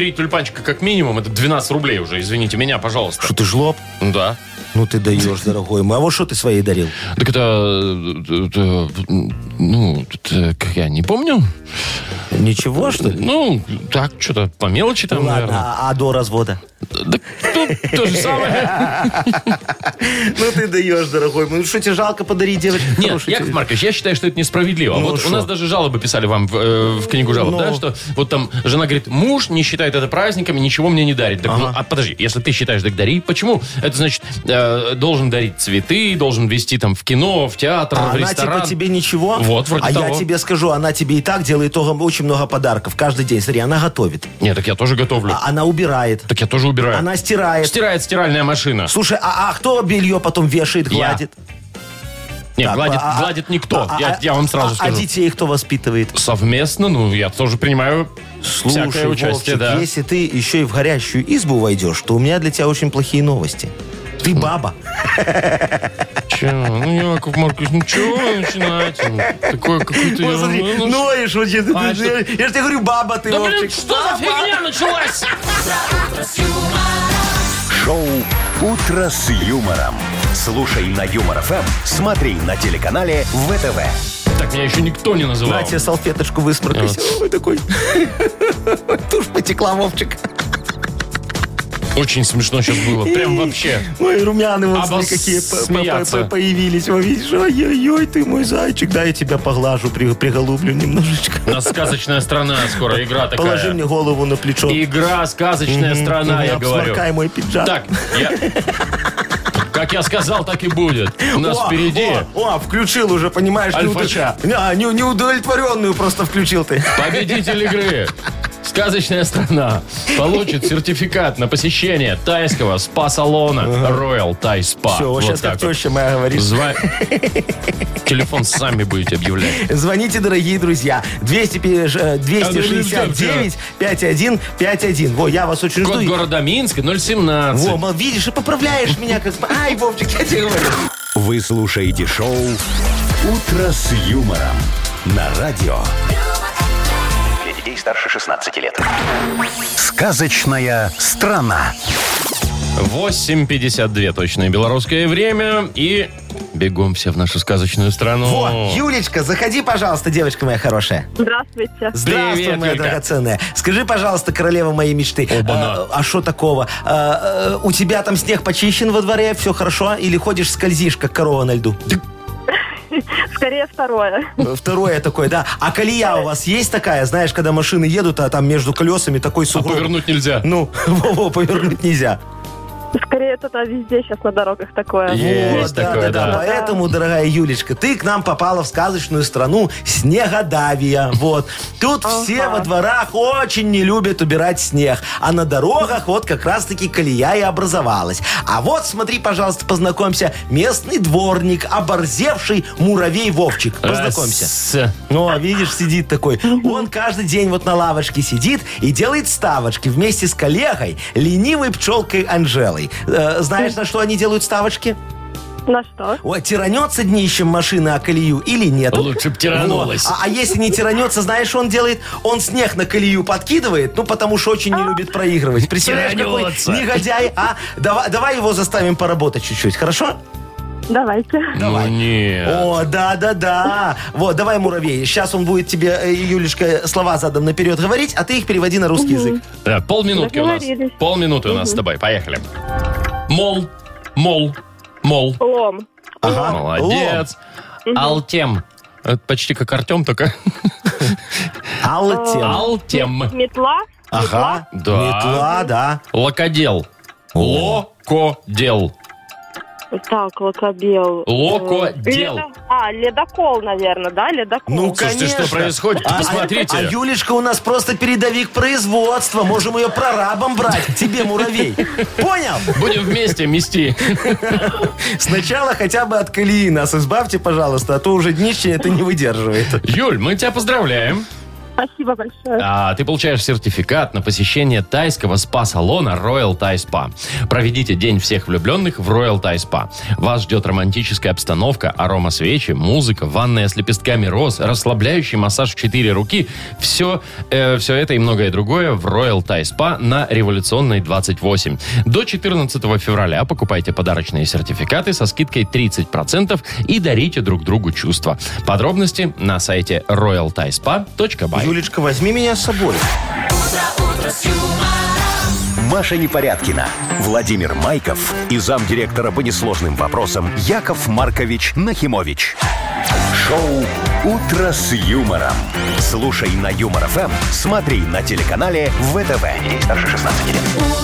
три тюльпанчика как минимум, это двенадцать рублей уже, извините меня, пожалуйста. Что ты жлоб? Да. Ну ты даешь, дорогой мой. А вот что ты своей дарил? Так это, это, ну, это, как я не помню. Ничего, что ли? Ну, так, что-то по мелочи там, Ладно, наверное. а, а до развода? Да, тут то же самое. Ну ты даешь, дорогой мой. Ну что, тебе жалко подарить девочке? Нет, хорошую Яков тебе? Маркович, я считаю, что это несправедливо. Ну, вот шо? у нас даже жалобы писали вам в, э, в книгу жалоб, Ну. да, что вот там жена говорит, муж не считает это праздником и ничего мне не дарит. Так, ну, Ага. а подожди, если ты считаешь, так дари. Почему? Это значит, э, должен дарить цветы, должен везти там в кино, в театр, А в она ресторан. типа тебе ничего? Вот, вроде А того. я тебе скажу, она тебе и так делает ого- очень много подарков каждый день. Смотри, она готовит, Нет, так я тоже готовлю. а она убирает, Так я тоже убираю. она стирает. Стирает стиральная машина. Слушай, а, а кто белье потом вешает, Я. гладит? Нет, Так, гладит, а- а- гладит никто. а- я, а- я вам сразу а, скажу. А детей кто воспитывает? Совместно, ну, я тоже принимаю Слушай, всякое участие, Вовчик, да. если ты еще и в горящую избу войдешь, то у меня для тебя очень плохие новости. Ты баба. Че? Ну, Яков Маркович, ну чего вы начинаете? Ну, такое какое-то... Вот смотри, ну, ну, ноешь вообще. Ты- А, ты- что? Я я же тебе говорю, баба ты, Да, блин, Вовчик. что за фигня началась? Шоу «Утро с юмором». Слушай на Юмор ФМ, смотри на телеканале ВТВ. Так, меня еще никто не называл. На тебе салфеточку высморкайся. Ой, такой. Тушь потекла, Вовчик. Очень смешно сейчас было. Прям вообще. Ой, румяны вот Обос- смотри, какие по- по- смеяться. по- появились. Ой, видишь, ой-ой-ой, ты мой зайчик. Да, я тебя поглажу, при- приголублю немножечко. У нас сказочная страна скоро, игра такая. Положи мне голову на плечо. Игра сказочная страна, я говорю. Обсморкай мой пиджак. Так, я... Как я сказал, так и будет. У нас О, впереди О, о, включил уже, понимаешь? Альфача. неудо- А, не- неудовлетворенную просто включил ты. победитель игры. Сказочная страна получит сертификат на посещение тайского спа-салона Royal Thai Spa. Все, вот сейчас как так вот. теща моя говорит. Зва- Телефон сами будете объявлять. Звоните, дорогие друзья. двести шестьдесят девять пятьдесят один пятьдесят один. Во, я вас очень Код жду. города Минск ноль семнадцать. Во, мол, видишь, и поправляешь меня как... Ай, Вовчик, я тебе говорю. Вы слушаете шоу «Утро с юмором» на радио. Для детей старше шестнадцати лет. Сказочная страна. восемь пятьдесят два точное белорусское время. И бегом все в нашу сказочную страну. Во, Юлечка, заходи, пожалуйста, девочка моя хорошая. Здравствуйте. Здравствуй, Привет, моя Юлька. драгоценная. Скажи, пожалуйста, королева моей мечты. Оба-на. А что такого? А, а, у тебя там снег почищен во дворе, все хорошо? Или ходишь, скользишь, как корова на льду? Скорее второе. Второе такое, да. А колея у вас есть такая, знаешь, когда машины едут, а там между колесами такой А сугроб? повернуть нельзя. Ну, во-во, повернуть нельзя. Скорее это везде сейчас на дорогах такое. Есть Вот, да, такое, да, да. да. Поэтому, дорогая Юлечка, ты к нам попала в сказочную страну Снегодавия. Вот. Тут все во дворах очень не любят убирать снег. А на дорогах вот как раз-таки колея и образовалась. А вот, смотри, пожалуйста, познакомься. Местный дворник, оборзевший муравей Вовчик. Познакомься. Раз. Ну, видишь, сидит такой. Он каждый день вот на лавочке сидит и делает ставочки вместе с коллегой, ленивой пчелкой Анжелой. Э, знаешь, на что они делают ставочки? На что? Ой, тиранется днищем машина о колею или нет? Лучше б тиранулась. Вот. А, а если не тиранется, знаешь, что он делает? Он снег на колею подкидывает, ну, потому что очень не любит проигрывать. Представляешь, какой Тиранется. негодяй, а? Давай, давай его заставим поработать чуть-чуть, хорошо? Давайте. Ну нет. О, да-да-да. Вот, давай, муравей. Сейчас он будет тебе, э, Юлечка, слова задом наперед говорить, а ты их переводи на русский язык. Да, полминутки у нас. Договорились. Полминуты у нас с тобой. Поехали. Мол, мол, мол. Лом. Ага. Молодец. Алтем. Это почти как Артем, только Алтем. Алтем. Метла. Ага. Да. Метла, да. Локодел. Локодел. Так, локобел. Локодел. Ледо- А, ледокол, наверное, да? Ледокол. Ну, Слушайте, конечно. что происходит? А- Посмотрите. А, а Юлечка у нас просто передовик производства. Можем ее прорабом брать. Тебе, муравей. Понял? Будем вместе мести. Сначала хотя бы от колеи нас избавьте, пожалуйста, а то уже днище это не выдерживает. Юль, мы тебя поздравляем. Спасибо большое. А, ты получаешь сертификат на посещение тайского спа-салона Royal Thai Spa. Проведите день всех влюбленных в Royal Thai Spa. Вас ждет романтическая обстановка, аромасвечи, музыка, ванная с лепестками роз, расслабляющий массаж в четыре руки. Все, э, все это и многое другое в Royal Thai Spa на Революционной двадцать восемь. До четырнадцатого февраля покупайте подарочные сертификаты со скидкой тридцать процентов и дарите друг другу чувства. Подробности на сайте роял тай спа точка бай. Юлечка, возьми меня с собой. Маша Непорядкина, Владимир Майков и замдиректора по несложным вопросам Яков Маркович Нахимович. Шоу «Утро с юмором». Слушай на Юмор ФМ, смотри на телеканале ВТВ. Ей старше шестнадцати лет.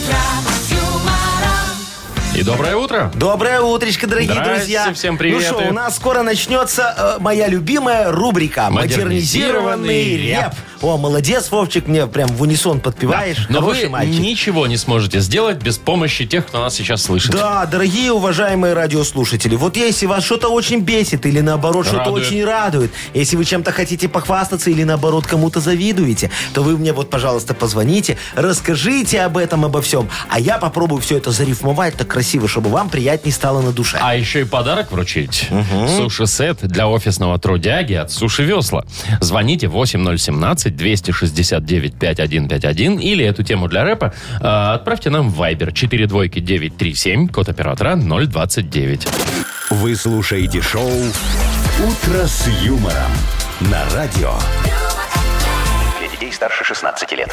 И доброе утро. Доброе утречко, дорогие Здрасте, друзья. всем привет. Ну что, у нас скоро начнется э, моя любимая рубрика «Модернизированный рэп». О, молодец, Вовчик, мне прям в унисон подпеваешь. Но Хороший вы мальчик. ничего не сможете сделать без помощи тех, кто нас сейчас слышит. Да, дорогие уважаемые радиослушатели, вот если вас что-то очень бесит или наоборот что-то Радует. очень радует, если вы чем-то хотите похвастаться или наоборот кому-то завидуете, то вы мне вот, пожалуйста, позвоните, расскажите об этом, обо всем, а я попробую все это зарифмовать так красиво, чтобы вам приятнее стало на душе. А еще и подарок вручить. Суши-сет для офисного трудяги от Суши Весла. Звоните восемь ноль семнадцать двести шестьдесят девять пятьдесят один пятьдесят один или эту тему для рэпа э, отправьте нам в Viber четыре двойки девять три семь, код оператора ноль двадцать девять. Вы слушаете шоу «Утро с юмором» на радио. Для детей старше шестнадцати лет.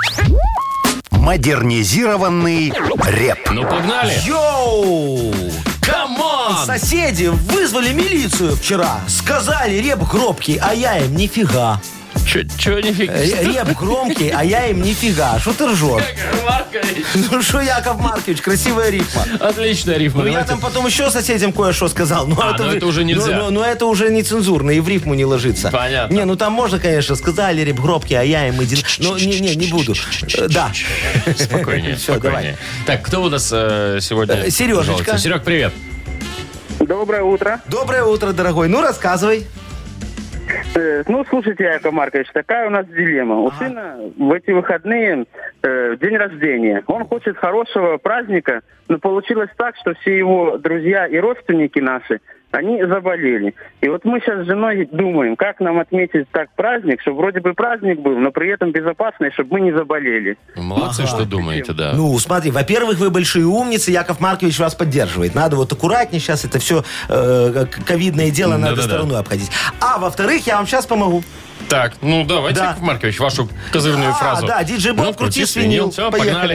Модернизированный рэп. Ну, погнали! Йоу! Камон! Соседи вызвали милицию вчера. Сказали, реп гробкий, а я им нифига. Че, че нифига? Э, Реп громкий, а я им нифига. Что ты ржешь? Яков Маркович. Ну что, Яков Маркович, красивая рифма. Отличная рифма. Ну, я Давайте. там потом еще соседям кое-что сказал. Но А, ну это уже нельзя. Ну, ну, ну, это уже не цензурно, и в рифму не ложится. Понятно. Не, ну там можно, конечно, сказали реп гробкий, а я им один... Ну, не, не, не буду. Э, Да. Спокойнее, Всё, спокойнее. Так, кто у нас э, сегодня? Э, Сережечка. жалуется? Серег, привет. Доброе утро. Доброе утро, дорогой. Ну, рассказывай. Э, Ну, слушайте, Яков Маркович, такая у нас дилемма. У сына в эти выходные э, день рождения. Он хочет хорошего праздника, но получилось так, что все его друзья и родственники наши, они заболели. И вот мы сейчас с женой думаем, как нам отметить так праздник, чтобы вроде бы праздник был, но при этом безопасный, чтобы мы не заболели. Молодцы, что думаете, да. Ну, смотри, во-первых, вы большие умницы, Яков Маркович вас поддерживает. Надо вот аккуратнее сейчас это все э, ковидное дело надо Да-да-да. стороной обходить. А во-вторых, я вам сейчас помогу. Так, ну давайте, Да. Яков Маркович, вашу козырную А, фразу. да, диджей Боб, Ну, крути свинил. Все, Поехали. погнали.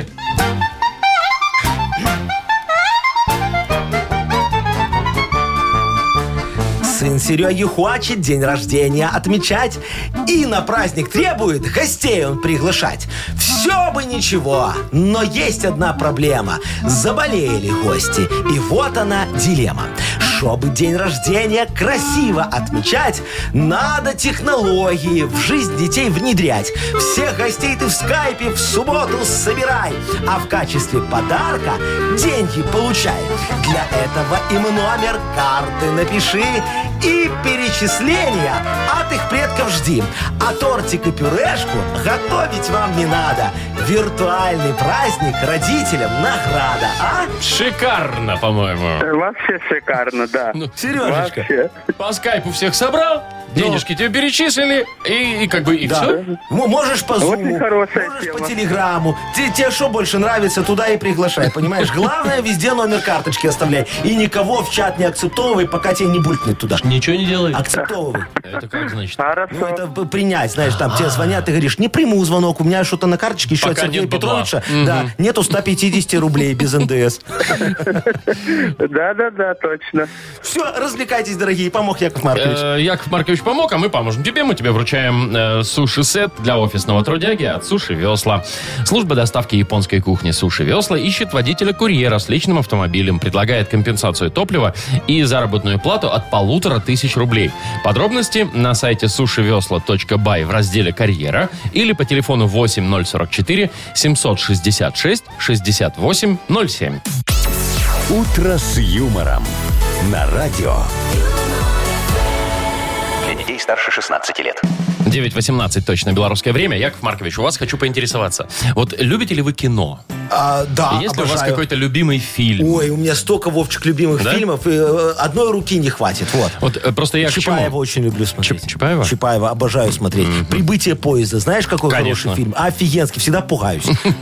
Сын Сереги хочет день рождения отмечать и на праздник требует гостей он приглашать. Все бы ничего, но есть одна проблема. Заболели гости, и вот она дилемма. Чтобы день рождения красиво отмечать, надо технологии в жизнь детей внедрять. Всех гостей ты в скайпе в субботу собирай, а в качестве подарка деньги получай. Для этого им номер карты напиши и перечисления от их предков жди. А тортик и пюрешку готовить вам не надо. Виртуальный праздник родителям награда, а? Шикарно, по-моему. Э, Вообще шикарно, да. Ну, Сережечка. Вообще. По скайпу всех собрал, денежки тебе перечислили, и, и как бы и Да. все. М- Можешь по Очень зуму, хорошая можешь тема. по телеграмму. Те- Тебе что больше нравится, туда и приглашай, понимаешь? Главное, везде номер карточки оставляй. И никого в чат не акцептовывай, пока тебе не булькнет туда. Ничего не делай. Акцептовывай. Это как значит? Ну, Хорошо. это п- принять, знаешь, там тебе звонят, ты говоришь, не приму звонок, у меня что-то на карточке еще от Пока Сергея нет бабла. Петровича. Да, нету сто пятьдесят рублей без эн дэ эс. Да-да-да, точно. Все, развлекайтесь, дорогие, помог Яков Маркович. Э, Яков Маркович помог, а мы поможем тебе. Мы тебе вручаем э, суши-сет для офисного трудяги от Суши Весла. Служба доставки японской кухни Суши Весла ищет водителя-курьера с личным автомобилем, предлагает компенсацию топлива и заработную плату от полутора тысяч рублей. Подробности на сайте суши весла точка бай в разделе «Карьера» или по телефону восемь ноль сорок четыре семьсот шестьдесят шесть шестьдесят восемь ноль семь. «Утро с юмором» на радио. Для детей старше шестнадцати лет. девять восемнадцать точно белорусское время. Яков Маркович, у вас хочу поинтересоваться. Вот любите ли вы кино? А, да, Есть ли у вас обожаю. какой-то любимый фильм? Ой, у меня столько, Вовчик, любимых Да? фильмов, и э, одной руки не хватит. Вот. Вот э, просто я к Чапаева чему? очень люблю смотреть. Чап- Чапаева? Чапаева обожаю смотреть. «Прибытие поезда». Знаешь, какой Конечно. хороший фильм? Офигенский. Всегда пугаюсь.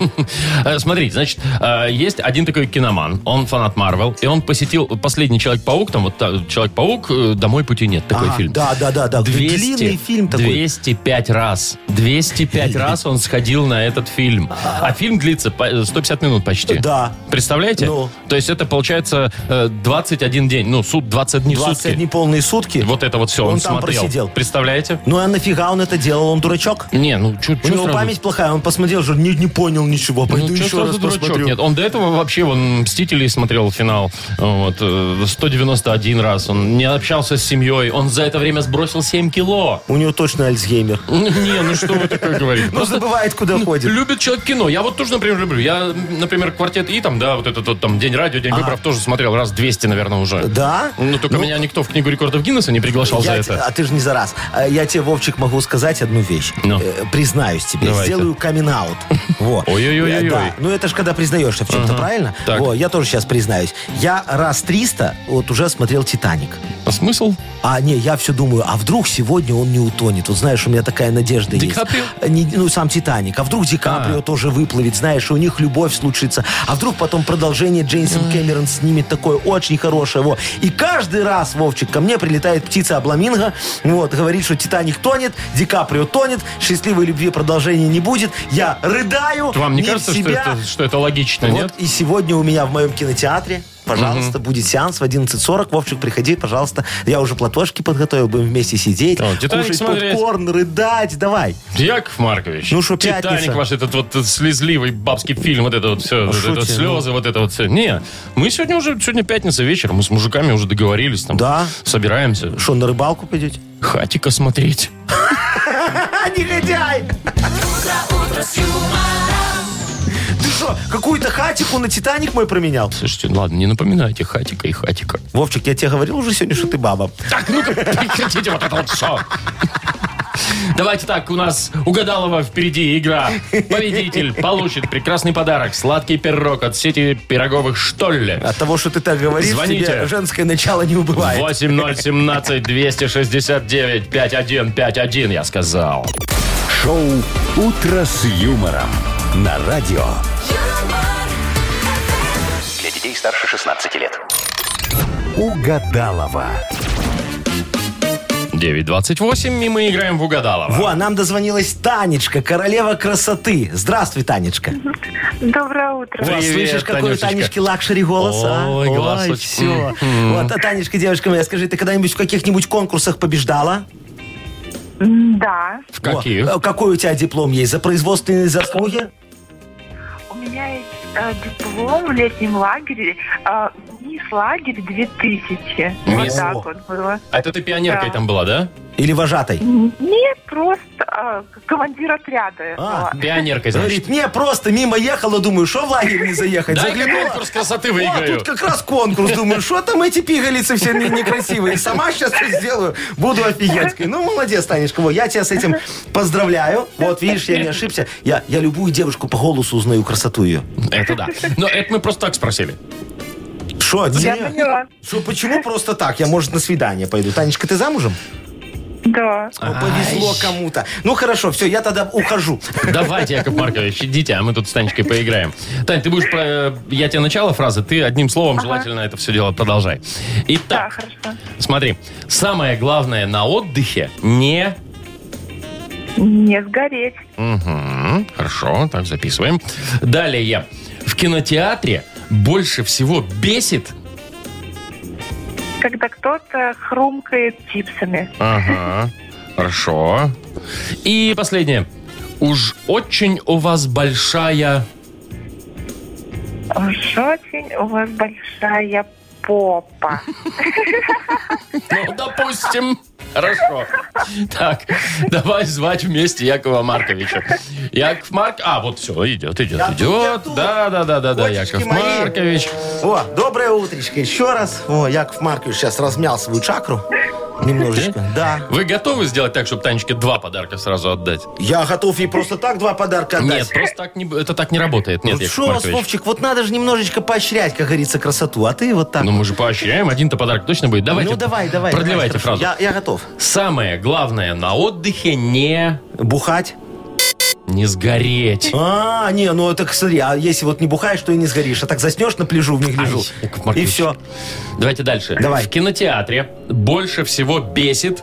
Э, Смотрите, значит, э, есть один такой киноман, он фанат Марвел, и он посетил последний Человек-паук, там вот та- Человек-паук, э, «Домой пути нет», такой А, фильм. Да, да, да, да. двести, Длинный фильм такой. двести пять раз. двести пять раз он сходил на этот фильм. А фильм длится по- сто пятьдесят минут почти. Да. Представляете? Ну. То есть это получается э, двадцать один день. Ну, суд двадцать дней в двадцать сутки. одни полные сутки. Вот это вот все он, Он там смотрел. просидел. Представляете? Ну а нафига он это делал? Он дурачок? Не, ну чуть У него память плохая. Он посмотрел, что не, не понял ничего. Пойду Ну, чё еще раз сразу дурачок? посмотрю. Нет, он до этого вообще вон «Мстителей» смотрел финал вот, э, сто девяносто один раз. Он не общался с семьей. Он за это время сбросил семь кило. У него точно Альцгеймер. Не, ну что вы такое говорите? Ну, забывает, куда ходит. Любит человек кино. Я вот тоже, например, люблю. Я, например, «Квартет И», там, да, вот этот вот, там, «День радио», «День выборов» тоже смотрел раз двести, наверное, уже. Да? Ну, только меня никто в Книгу рекордов Гиннесса не приглашал за Я те- это. а ты же не за раз. А Я тебе, Вовчик, могу сказать одну вещь. Ну. Э, признаюсь тебе. Давайте. Сделаю камин-аут. Во. Ой-ой-ой-ой-ой. Э, да. Ну, это же когда признаешься в чем-то, Ага. правильно? Так. Во, я тоже сейчас признаюсь. Я раз триста вот уже смотрел «Титаник». А смысл? А, не, я все думаю, а вдруг сегодня он не утонет? Вот знаешь, у меня такая надежда Ди Каприо? есть. Не, ну, сам «Титаник». А вдруг Ди Каприо А. тоже выплывет, знаешь, и у них любовь случится. А вдруг потом продолжение Джейсон Кэмерон снимет такое очень хорошее. Во. И каждый раз, Вовчик, ко мне прилетает птица Обламинго, вот, говорит, что «Титаник» тонет, Ди Каприо тонет, счастливой любви продолжения не будет. Я рыдаю. Вам не в кажется, что себя. это, что это логично, Вот нет? и сегодня у меня в моем кинотеатре, пожалуйста, будет сеанс в одиннадцать сорок. Вовчик, приходи, пожалуйста. Я уже платошки подготовил, будем вместе сидеть, О, «Титаник» кушать смотреть. попкорн, рыдать. Давай. Яков Маркович, Ну, шо, «Титаник» пятница. ваш этот вот слезливый бабский фильм, вот это вот все, вот шо это вот тебе, слезы, вот это вот все. Не, мы сегодня уже, сегодня пятница вечер, мы с мужиками уже договорились, там, Да? собираемся. Что, на рыбалку пойдете? Хатика смотреть. Негодяй! Ты что, какую-то хатику на «Титаник» мой променял? Слушайте, ну ладно, не напоминайте Хатика и Хатика. Вовчик, я тебе говорил уже сегодня, что ты баба. Так, ну-ка, прекратите вот это вот все. Давайте так, у нас угадалова впереди игра. Победитель получит прекрасный подарок. Сладкий пирог от сети пироговых «Штолле». От того, что ты так говоришь, Звоните. тебе женское начало не убывает. восемь ноль один семь двести шестьдесят девять пятьдесят один пятьдесят один, я сказал. Шоу «Утро с юмором» на радио. Для детей старше шестнадцати лет. Угадалова. девять двадцать восемь, и мы играем в угадалово. Во, нам дозвонилась Танечка, королева красоты. Здравствуй, Танечка. Доброе утро. Вот, Привет, слышишь, какой у Танюшечка. Танечки лакшери голос, а? Ой, глаз очень- все. М-м. Вот, а Танечка, девушка моя, скажи, ты когда-нибудь в каких-нибудь конкурсах побеждала? М, Да. В каких? Во, какой у тебя диплом есть? За производственные заслуги? У меня есть э, диплом в летнем лагере. Э, мисс лагерь две тысячи. Мисс. Вот так вот было. А это ты пионеркой Да. там была, да? Или вожатой? Нет, просто э, командир отряда. я А, была. Пионеркой, значит. Говорит, не, просто мимо ехала, думаю, что в лагерь не заехать? Дай-ка Заглянула. конкурс красоты О, выиграю. тут как раз конкурс, думаю, что там эти пигалицы все не- некрасивые. Сама сейчас сделаю, буду офигенской. Ну, молодец, Танечка, вот, я тебя с этим поздравляю. Вот, видишь, я не ошибся. Я, я любую девушку по голосу узнаю красоту ее. Это да. Но это мы просто так спросили. Что, Я не? поняла. Что, почему просто так? Я, может, на свидание пойду. Танечка, ты замужем? Да. О, повезло кому-то. Ну, хорошо, все, я тогда ухожу. Давайте, Яков Маркович, идите, а мы тут с Танечкой поиграем. Тань, ты будешь... про- Я тебе начало фразы, ты одним словом желательно это все дело продолжай. Да, Итак, хорошо. смотри. Самое главное на отдыхе не... Не сгореть. Угу, хорошо, так записываем. Далее. В кинотеатре больше всего бесит... Когда кто-то хрумкает чипсами. Ага, хорошо. И последнее. Уж очень у вас большая... Уж очень у вас большая попа. Ну, допустим. Хорошо. Так, давай звать вместе Якова Марковича. Яков Марк... А, вот все, идет, идет, Я тут, я идет. тут. Да, да, да, да, да, Котички Яков мои. Маркович. О, доброе утречко еще раз. О, Яков Маркович сейчас размял свою чакру. Немножечко, да. Вы готовы сделать так, чтобы Танечке два подарка сразу отдать? Я готов ей просто так два подарка отдать. Нет, просто так не, это так не работает. Нет, Яков Что, Маркович. Вовчик, вот надо же немножечко поощрять, как говорится, красоту. А ты вот так. Ну, мы же поощряем. Один-то подарок точно будет. Давайте. Ну, давай, давай. Продлевайте давай, фразу. Я, я готов. Самое главное на отдыхе не... Бухать? Не сгореть. А, не, ну это, смотри, а если вот не бухаешь, то и не сгоришь. А так заснешь на пляжу, в них лежу. Ай, Яков И Маркович. все. Давайте дальше. Давай. В кинотеатре больше всего бесит...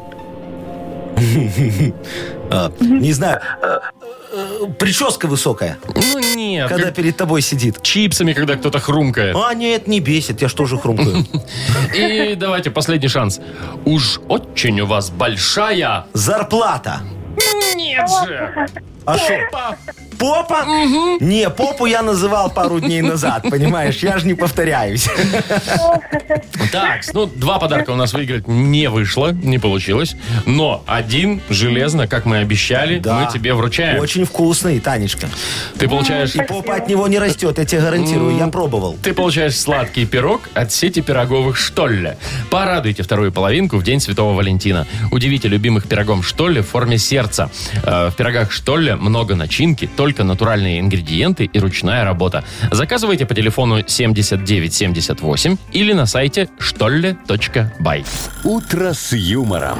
Не знаю, э, э, прическа высокая, Ну, нет. когда как перед тобой сидит. чипсами, когда кто-то хрумкает. А, нет, не бесит, я ж тоже хрумкаю. И давайте последний шанс. Уж очень у вас большая... Зарплата. Нет же! А что? Попа? Не, попу я называл пару дней назад, понимаешь? Я же не повторяюсь. Так, ну, два подарка у нас выиграть не вышло, не получилось. Но один, железно, как мы обещали, Да. мы тебе вручаем. Очень вкусный, Танечка. Ты получаешь... И попа от него не растет, я тебе гарантирую, я пробовал. Ты получаешь сладкий пирог от сети пироговых «Штолле». Порадуйте вторую половинку в День Святого Валентина. Удивите любимых пирогом «Штолле» в форме сердца. Э, В пирогах «Штолле» много начинки, только натуральные ингредиенты и ручная работа. Заказывайте по телефону семьдесят девять семьдесят восемь или на сайте штолле точка бай. «Утро с юмором».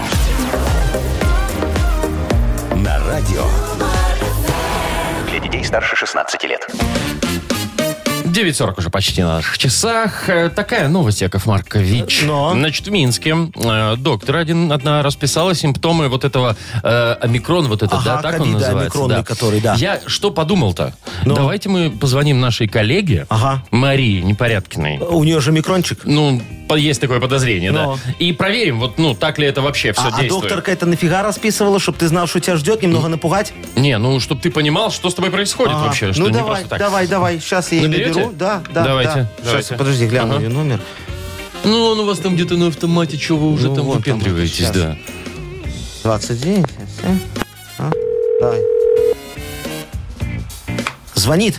На радио. Для детей старше шестнадцати лет. девять сорок уже почти на наших часах. Э, Такая новость, Яков Маркович. Но. Значит, в Минске э, доктор один, одна расписала симптомы вот этого э, омикрон, вот это, Ага, да, так он ковида называется? омикронный, Да. который, да. Я что подумал-то? Но. Давайте мы позвоним нашей коллеге Ага. Марии Непорядкиной. У нее же микрончик. Ну, по- есть такое подозрение, Но. да. И проверим, вот, ну, так ли это вообще все А, а действует. докторка это нафига расписывала, чтобы ты знал, что тебя ждет, немного напугать? Не, ну, чтобы ты понимал, что с тобой происходит Ага. вообще. Что Ну не давай, просто так. давай, давай. Сейчас я ей Наберете? наберу. Да, да, Давайте, да. давайте. Сейчас, подожди, гляну Ага. ее номер. Ну, он у вас там где-то на автомате, что вы уже Ну, там вот там выпендриваетесь, вот да. двадцать девять. семь. А? Давай. Звонит.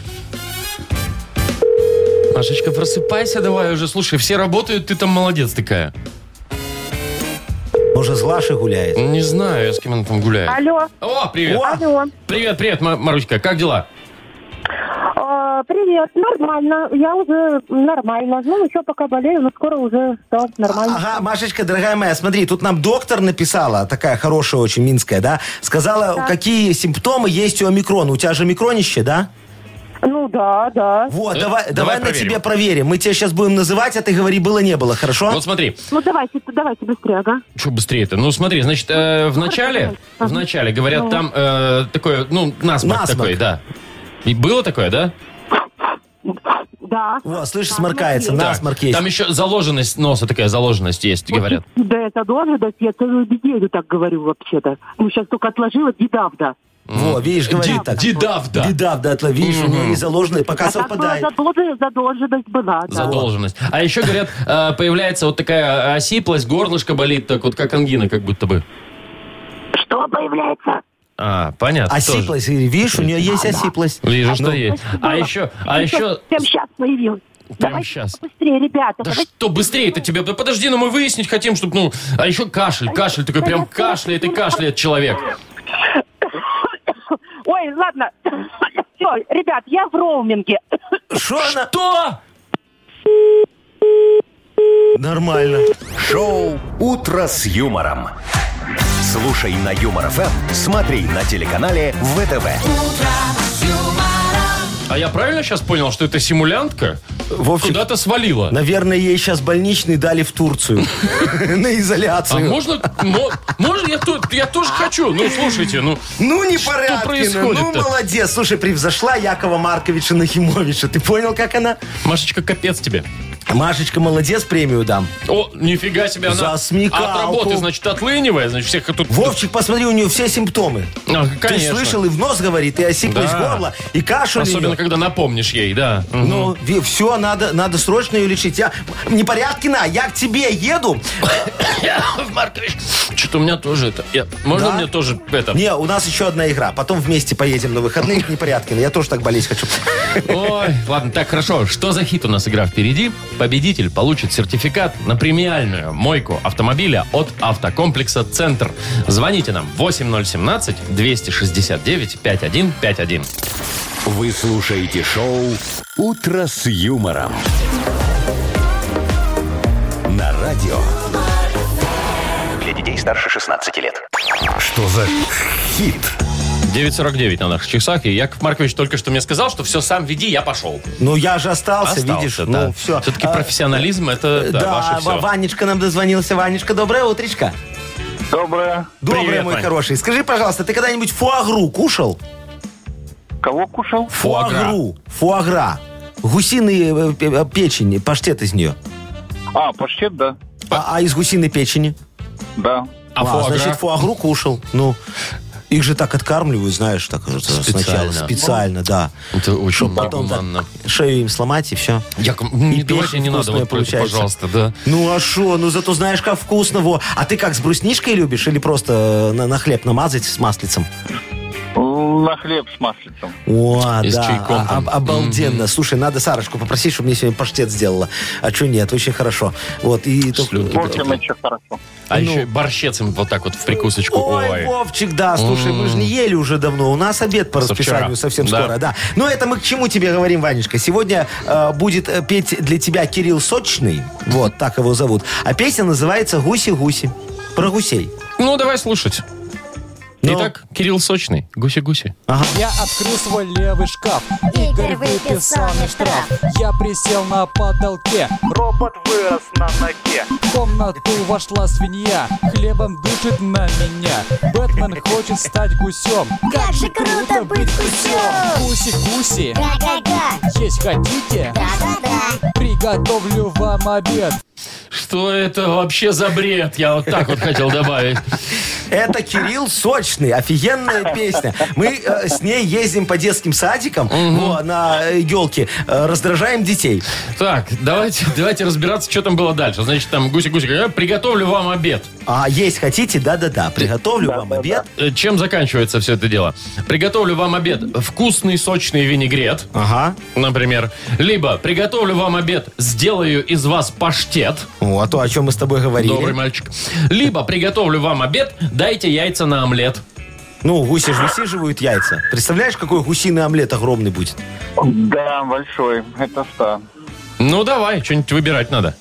Машечка, просыпайся давай уже. Слушай, все работают, ты там молодец такая. Может, с Глашей гуляет? Не знаю, я с кем она там гуляет. Алло. О, привет. О! Алло. Привет, привет, Ма- Маруська, как дела? А, привет, нормально. Я уже нормально. Ну, еще пока болею, но скоро уже стал нормально. Ага, Машечка, дорогая моя, смотри, тут нам доктор написала, такая хорошая очень, минская, да, сказала, Да. какие симптомы есть у омикрона. У тебя же омикронище, да? Ну, да, да. Вот, Э, давай, давай давай на проверим. тебе проверим. Мы тебя сейчас будем называть, а ты говори, было-не было, хорошо? Вот смотри, Ну, давайте, давайте быстрее, ага. что быстрее-то? Ну, смотри, значит, э, в начале, в начале, говорят, там э, такое, ну, насморк, Насморк. такой, да. И было такое, да? Да. Во, слышишь, сморкается, насморк есть. Там еще заложенность носа, такая заложенность есть, говорят. Да, это тоже, да, я целую неделю так говорю вообще-то. Ну, сейчас только отложила недавно. Во, видишь, говорит Ди- так. Дидавда. Дидавда, отла- видишь, у нее есть заложенные, пока А так была совпадает. задолженность, задолженность была, да. Задолженность. А еще, говорят, э, появляется вот такая осиплость, горлышко болит, так вот как ангина, как будто бы. Что появляется? А, понятно. тоже. Осиплость, видишь, у нее есть осиплость. Вижу, что Ну, есть. А еще, а еще... Прям сейчас появилась. Прямо Давайте щас. быстрее, ребята. Да давайте. что быстрее-то тебе? Да подожди, ну мы выяснить хотим, чтобы, ну... А еще кашель, кашель такой, прям кашляет и кашляет человек. Ой, ладно. Все, ребят, я в роуминге. Шо она? Что? Нормально. Шоу «Утро с юмором». Слушай на Юмор ФМ, смотри на телеканале ВТВ. А я правильно сейчас понял, что это симулянтка? Вовчик, Куда-то свалила. наверное, ей сейчас больничный дали в Турцию. На А изоляцию. можно, мо- можно я, то- я тоже хочу? Ну, слушайте, ну... Ну, не Что Порядкина, ну, происходит-то? молодец. Слушай, превзошла Якова Марковича Нахимовича. Ты понял, как она? Машечка, капец тебе. Машечка, молодец, премию дам. О, нифига себе, она За смекалку. от работы, значит, отлынивает, значит, всех тут... Вовчик, посмотри, у нее все симптомы. А, Ты конечно. слышал, и в нос говорит, и осиплость Да. горла, и кашель у Особенно, неё. когда напомнишь ей, да. Мгм. Ну, все, надо, надо срочно ее лечить. Я, Непорядкина, я к тебе еду. Яков Маркович, что-то у меня тоже это... я- можно Да? мне тоже это... Не, у нас еще одна игра. Потом вместе поедем на выходные к Непорядкина. Я тоже так болеть хочу. Ой, ладно, так, хорошо. Что за хит у нас игра впереди? Победитель получит сертификат на премиальную мойку автомобиля от автокомплекса «Центр». Звоните нам восемь ноль один семь двести шестьдесят девять пятьдесят один пятьдесят один. Вы слушаете шоу «Утро с юмором» на радио. Для детей старше шестнадцати лет. Что за хит? девять сорок девять на наших часах, и Яков Маркович только что мне сказал, что все, сам веди, я пошел. Ну, я же остался, Остался, видишь. да. Ну, все. Все-таки профессионализм, это да, Да, ваше все. Ванечка нам дозвонился. Ванечка, доброе утречко. Доброе. Доброе, Привет, мой Вань. хороший. Скажи, пожалуйста, ты когда-нибудь фуагру кушал? Кого кушал? Фуагра. Фуагру. Фуагра. Гусиные э, э, печени, паштет из нее. А, паштет, да. А, а из гусиной печени? Да. А фуагра? Значит, фуагру кушал. Ну, их же так откармливают, знаешь, так э, сначала. Специально. Специально, да. Это очень Чтоб потом негуманно. так шею им сломать, и все. Яков, не, И давайте печень не надо вкусная вот это, получается. пожалуйста, да. Ну а шо? Ну зато знаешь, как вкусно. Во. А ты как, с брусничкой любишь или просто на, на хлеб намазать с маслицем? На хлеб с маслицем. О, И с да, чайком а- там. об- обалденно. Слушай, надо Сарочку попросить, чтобы мне сегодня паштет сделала. А что нет, очень хорошо. Вот, и только- Слюнки Вовсе мы еще хорошо. А Ну. еще и борщец им вот так вот в прикусочку. Ой, Ой. Вовчик, да, слушай, мы же не ели уже давно. У нас обед по Со расписанию вчера. совсем Да. скоро, да. Но это мы к чему тебе говорим, Ванечка? Сегодня э, будет э, петь для тебя Кирилл Сочный. Вот, так его зовут. А песня называется «Гуси-гуси». Про гусей. Ну, давай слушать. Ну. Итак, Кирилл Сочный. Гуси-гуси. Ага. Я открыл свой левый шкаф. Игорь выписанный штраф. Я присел на потолке. Робот вырос на ноге. В комнату вошла свинья. Хлебом дышит на меня. Бэтмен хочет стать гусем. Как же круто быть гусем! Гуси-гуси, Га-га-га! есть хотите? Да-да-да! Приготовлю вам обед. Что это вообще за бред? Я вот так вот хотел добавить. Это Кирилл Сочный. Офигенная песня. Мы э, с ней ездим по детским садикам во, на елке, раздражаем детей. Так, давайте, давайте разбираться, что там было дальше. Значит, там гуси-гуси говорят, приготовлю вам обед. А есть хотите? Да-да-да. Приготовлю вам обед. Э, Чем заканчивается все это дело? Приготовлю вам обед. Вкусный сочный винегрет, Ага. например. Либо приготовлю вам обед. Сделаю из вас паштет. О, а то, о чем мы с тобой говорили. Добрый мальчик. Либо приготовлю вам обед. Дайте яйца на омлет. Ну, гуси же высиживают яйца. Представляешь, какой гусиный омлет огромный будет? Да, большой. Это что? Ну, давай, что-нибудь выбирать надо.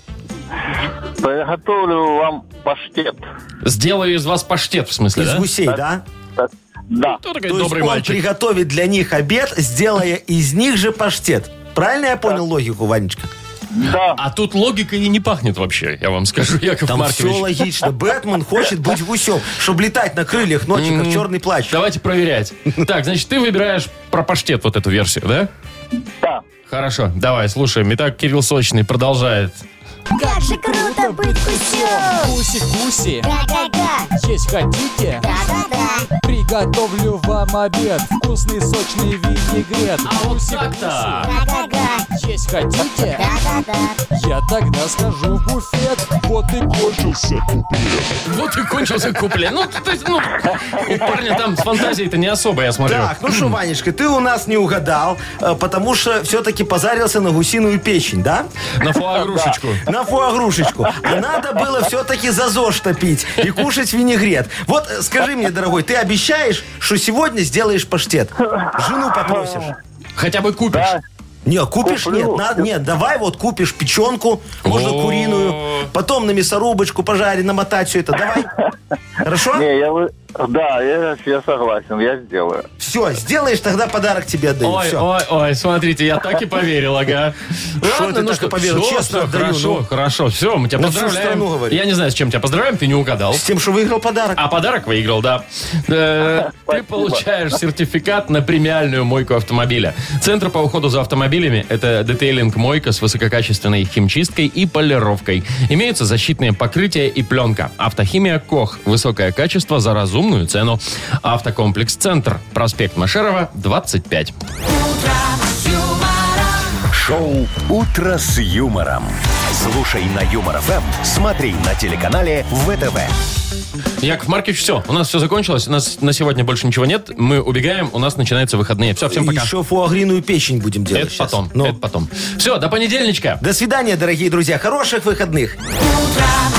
Приготовлю вам паштет. Сделаю из вас паштет, в смысле, Из да? гусей, да? Да. Кто такой То есть добрый он мальчик? приготовит для них обед, сделая из них же паштет. Правильно я понял логику, Ванечка? Да. А тут логика и не пахнет вообще, я вам скажу, Яков Там Маркович. все логично. Бэтмен хочет быть гусем, чтобы летать на крыльях ночью, как черный плащ. Давайте проверять. Так, значит, ты выбираешь про паштет вот эту версию, да? Да. Хорошо, давай, слушаем. Итак, Кирилл Сочный продолжает. Как же круто быть гусем! Гуси-гуси, Га-га-га! есть хотите? Да-да-да! Приготовлю вам обед. Вкусный сочный винегрет. А вот Гуси-гуси, так-то. Га-га-га! есть хотите? Да-да-да! Я тогда схожу в буфет. Вот и кончился куплет. Вот и кончился куплет. Ну, то есть, ну, у парня там с фантазией-то не особо, я смотрю. Так, ну что, Ванечка, ты у нас не угадал, э, потому что все-таки позарился на гусиную печень, да? На фуагрушечку. На фуагрушечку. А надо было все-таки за ЗОЖ топить и кушать винегрет. Вот э, скажи мне, дорогой, ты обещаешь, что сегодня сделаешь паштет? Жену попросишь? Хотя бы купишь. Да. Не, купишь? Куплю. Нет, надо, нет, давай вот купишь печенку, можно О. куриную, потом на мясорубочку пожарить, намотать все это. Давай. Хорошо? Не, я вы... Да, я, я согласен, я сделаю. Все, сделаешь, тогда подарок тебе отдаю. Ой, Все. ой, ой, смотрите, я так и поверил, ага. Что ты так и поверил? всё, Честно всё, отдаю, хорошо, ну. хорошо, все, мы тебя На всю поздравляем. страну говорю. Я не знаю, с чем тебя поздравляем, ты не угадал. С тем, что выиграл подарок. А подарок выиграл, да. Э, Ты получаешь сертификат на премиальную мойку автомобиля. Центр по уходу за автомобилями – это детейлинг-мойка с высококачественной химчисткой и полировкой. Имеются защитные покрытия и пленка. Автохимия «Кох». Высокое качество за разумную цену. Автокомплекс «Центр». Проспект Машерова, двадцать пять. Шоу «Утро с юмором». Слушай на Юмор ФМ, смотри на телеканале ВТВ. Яков Маркович, все, у нас все закончилось. У нас на сегодня больше ничего нет. Мы убегаем, у нас начинаются выходные. Все, всем пока. Еще фуагриную печень будем делать Это сейчас. потом, Ну. это потом. Все, до понедельничка. До свидания, дорогие друзья. Хороших выходных. Утро